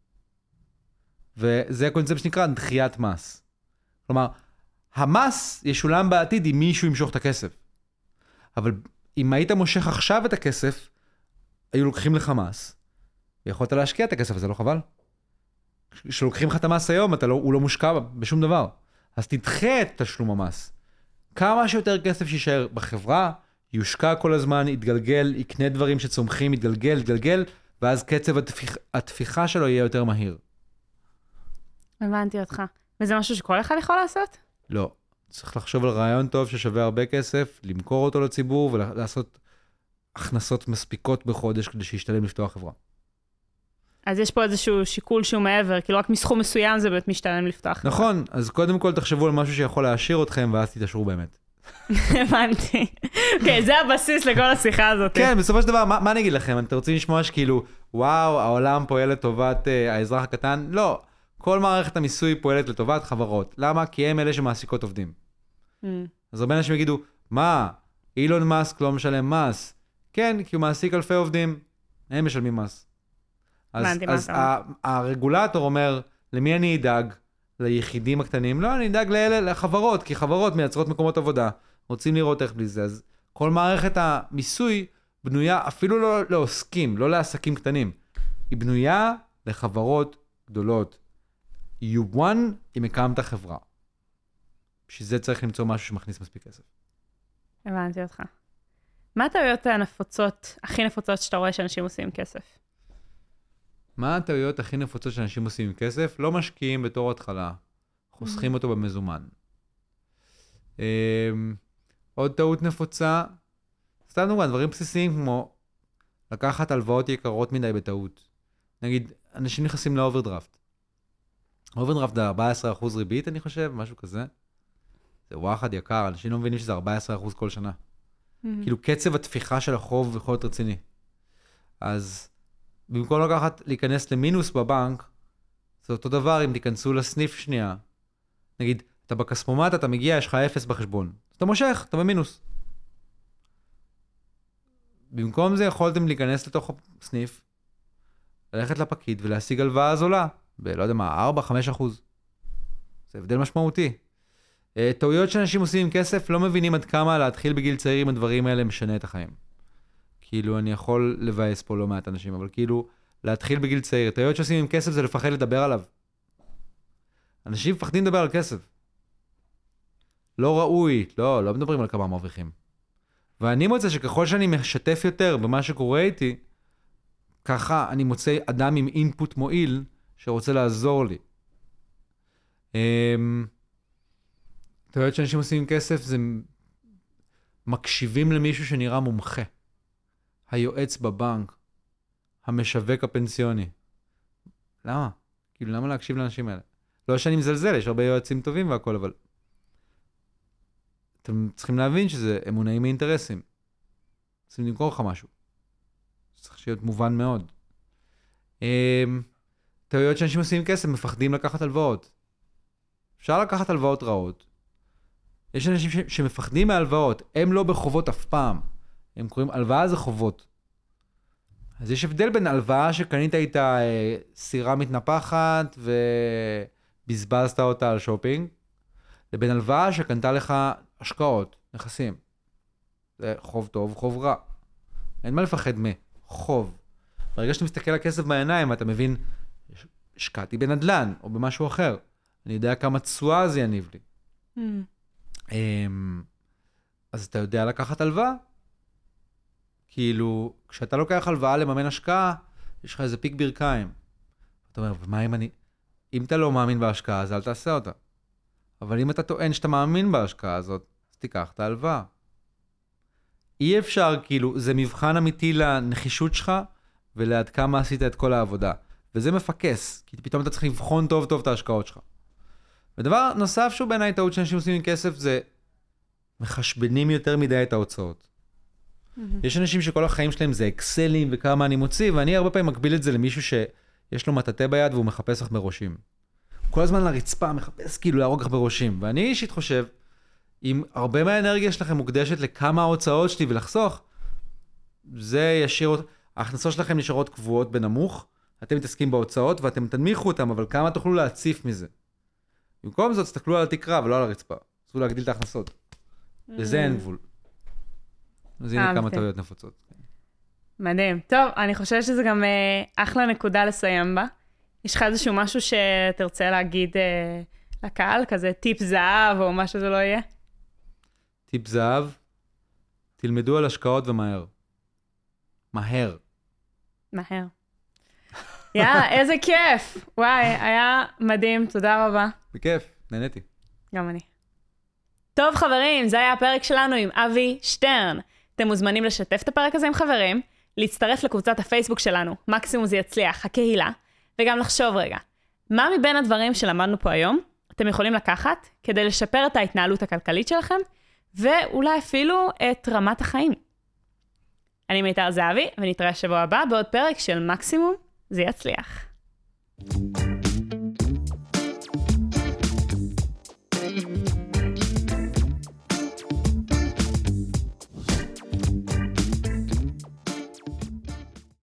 וזה הקונספט שנקרא דחיית מס. כלומר, המס ישולם בעתיד אם מישהו ימשוך את הכסף. אבל אם היית מושך עכשיו את הכסף, היו לוקחים לך מס, ויכולת להשקיע את הכסף, זה לא חבל. כשלוקחים לך את המס היום, אתה לא, הוא לא מושקע בשום דבר. אז תדחה את תשלום המס. כמה שיותר כסף שישאר בחברה, יושקע כל הזמן, יתגלגל, יקנה דברים שצומחים, יתגלגל, יתגלגל, ואז קצב התפיח, התפיחה שלו יהיה יותר מהיר. הבנתי אותך. וזה משהו שכל אחד יכול לעשות? לא. צריך לחשוב על רעיון טוב ששווה הרבה כסף, למכור אותו לציבור ולעשות הכנסות מספיקות בחודש כדי שישתלם לפתוח חברה. אז יש פה איזשהו שיקול שהוא מעבר, כאילו רק מסכום מסוים זה באמת משתלם לפתוח. נכון, אז קודם כל תחשבו על משהו שיכול להשאיר אתכם ואז תתעשרו באמת. הבנתי. אוקיי, זה הבסיס לכל השיחה הזאת. כן, בסופו של דבר, מה, מה אני אגיד לכם? אתם רוצים לשמוע שכאילו, וואו, העולם פועל לטובת uh, האזרח הקטן? לא. כל מערכת המיסוי פועלת לטובת חברות. למה? כי הם אלה שמעסיקות עובדים. Mm. אז הרבה אנשים יגידו, מה? אילון מאסק לא משלם מס. כן, כי הוא מעסיק אלפי עובדים. הם משלמים מס. אז, אז ה- הרגולטור אומר, למי אני אדאג? ליחידים הקטנים? לא, אני אדאג לאלה, לחברות, כי חברות מייצרות מקומות עבודה. רוצים לראות איך בלי זה. אז כל מערכת המיסוי בנויה אפילו לא לעוסקים, לא לעסקים קטנים. היא בנויה לחברות גדולות. You won אם הקמת חברה. בשביל זה צריך למצוא משהו שמכניס מספיק כסף. הבנתי אותך. מה הטעויות הנפוצות, הכי נפוצות שאתה רואה שאנשים עושים כסף? מה הטעויות הכי נפוצות שאנשים עושים עם כסף? לא משקיעים בתור התחלה. חוסכים אותו במזומן. עוד טעות נפוצה, סתם דוגמה, דברים בסיסיים כמו לקחת הלוואות יקרות מדי בטעות. נגיד, אנשים נכנסים לאוברדרפט. אוברדרפט זה ארבעה עשר אחוז ריבית, אני חושב, משהו כזה. זה וואחד יקר, אנשים לא מבינים שזה ארבעה עשר אחוז כל שנה. כאילו, קצב התפיחה של החוב יכול להיות רציני. אז במקום לקחת, להיכנס למינוס בבנק, זה אותו דבר אם תיכנסו לסניף שנייה. נגיד, אתה בכספומט, אתה מגיע, יש לך אפס בחשבון. אתה מושך, אתה במינוס. במקום זה יכולתם להיכנס לתוך הסניף, ללכת לפקיד ולהשיג הלוואה זולה, בלא יודע מה, ארבע חמש אחוז. זה הבדל משמעותי. טעויות שאנשים עושים עם כסף, לא מבינים עד כמה להתחיל בגיל צעיר עם הדברים האלה משנה את החיים. כאילו, אני יכול לבאס פה לא מעט אנשים, אבל כאילו, להתחיל בגיל צעיר. טעויות שעושים עם כסף זה לפחד לדבר עליו. אנשים מפחדים לדבר על כסף. לא ראוי, לא, לא מדברים על כמה מרוויחים. ואני מוצא שככל שאני משתף יותר במה שקורה איתי, ככה אני מוצא אדם עם אינפוט מועיל שרוצה לעזור לי. טעויות שאנשים עושים עם כסף זה מקשיבים למישהו שנראה מומחה. היועץ בבנק, המשווק הפנסיוני. למה? כאילו, למה להקשיב לאנשים האלה? לא שאני מזלזל, יש הרבה יועצים טובים והכל, אבל אתם צריכים להבין שזה אמונאים מאינטרסים. צריכים למכור לך משהו. צריך להיות מובן מאוד. טעויות שאנשים עושים כסף, מפחדים לקחת הלוואות. אפשר לקחת הלוואות רעות. יש אנשים ש- שמפחדים מהלוואות, הם לא בחובות אף פעם. הם קוראים, הלוואה זה חובות. אז יש הבדל בין הלוואה שקנית איתה אה, סירה מתנפחת ובזבזת אותה על שופינג, לבין הלוואה שקנתה לך השקעות, נכסים. זה חוב טוב, חוב רע. אין מה לפחד מחוב. ברגע שאתה מסתכל על הכסף בעיניים, אתה מבין, השקעתי בנדלן או במשהו אחר. אני יודע כמה תשואה זה יניב לי. Mm. אז אתה יודע לקחת הלוואה. כאילו, כשאתה לוקח הלוואה לממן השקעה, יש לך איזה פיק ברכיים. אתה אומר, ומה אם אני... אם אתה לא מאמין בהשקעה, אז אל תעשה אותה. אבל אם אתה טוען שאתה מאמין בהשקעה הזאת, אז תיקח את ההלוואה. אי אפשר, כאילו, זה מבחן אמיתי לנחישות שלך, ולעד כמה עשית את כל העבודה. וזה מפקס, כי פתאום אתה צריך לבחון טוב טוב את ההשקעות שלך. ודבר נוסף שהוא בעיניי טעות שאנשים עושים עם כסף, זה מחשבנים יותר מדי את ההוצאות. Mm-hmm. יש אנשים שכל החיים שלהם זה אקסלים וכמה אני מוציא, ואני הרבה פעמים מקביל את זה למישהו שיש לו מטאטא ביד והוא מחפש לך בראשים. כל הזמן לרצפה מחפש כאילו להרוג לך בראשים. ואני אישית חושב, אם הרבה מהאנרגיה שלכם מוקדשת לכמה ההוצאות שלי ולחסוך, זה ישאיר, ההכנסות שלכם נשארות קבועות בנמוך, אתם מתעסקים בהוצאות ואתם תנמיכו אותם, אבל כמה תוכלו להציף מזה. במקום זאת, תסתכלו על התקרה ולא על הרצפה. תסתכלו להגדיל את ההכנסות. לזה אין גבול. אז הנה כמה טעויות נפוצות. מדהים. טוב, אני חושבת שזה גם אחלה נקודה לסיים בה. יש לך איזשהו משהו שתרצה להגיד לקהל, כזה טיפ זהב או מה שזה לא יהיה? טיפ זהב, תלמדו על השקעות ומהר. מהר. מהר. יאללה, איזה כיף. וואי, היה מדהים, תודה רבה. בכיף, נהניתי. גם אני. טוב חברים, זה היה הפרק שלנו עם אבי שטרן. אתם מוזמנים לשתף את הפרק הזה עם חברים, להצטרף לקבוצת הפייסבוק שלנו, מקסימום זה יצליח, הקהילה, וגם לחשוב רגע, מה מבין הדברים שלמדנו פה היום, אתם יכולים לקחת כדי לשפר את ההתנהלות הכלכלית שלכם, ואולי אפילו את רמת החיים. אני מיתר זהבי, ונתראה שבוע הבא בעוד פרק של מקסימום זה יצליח.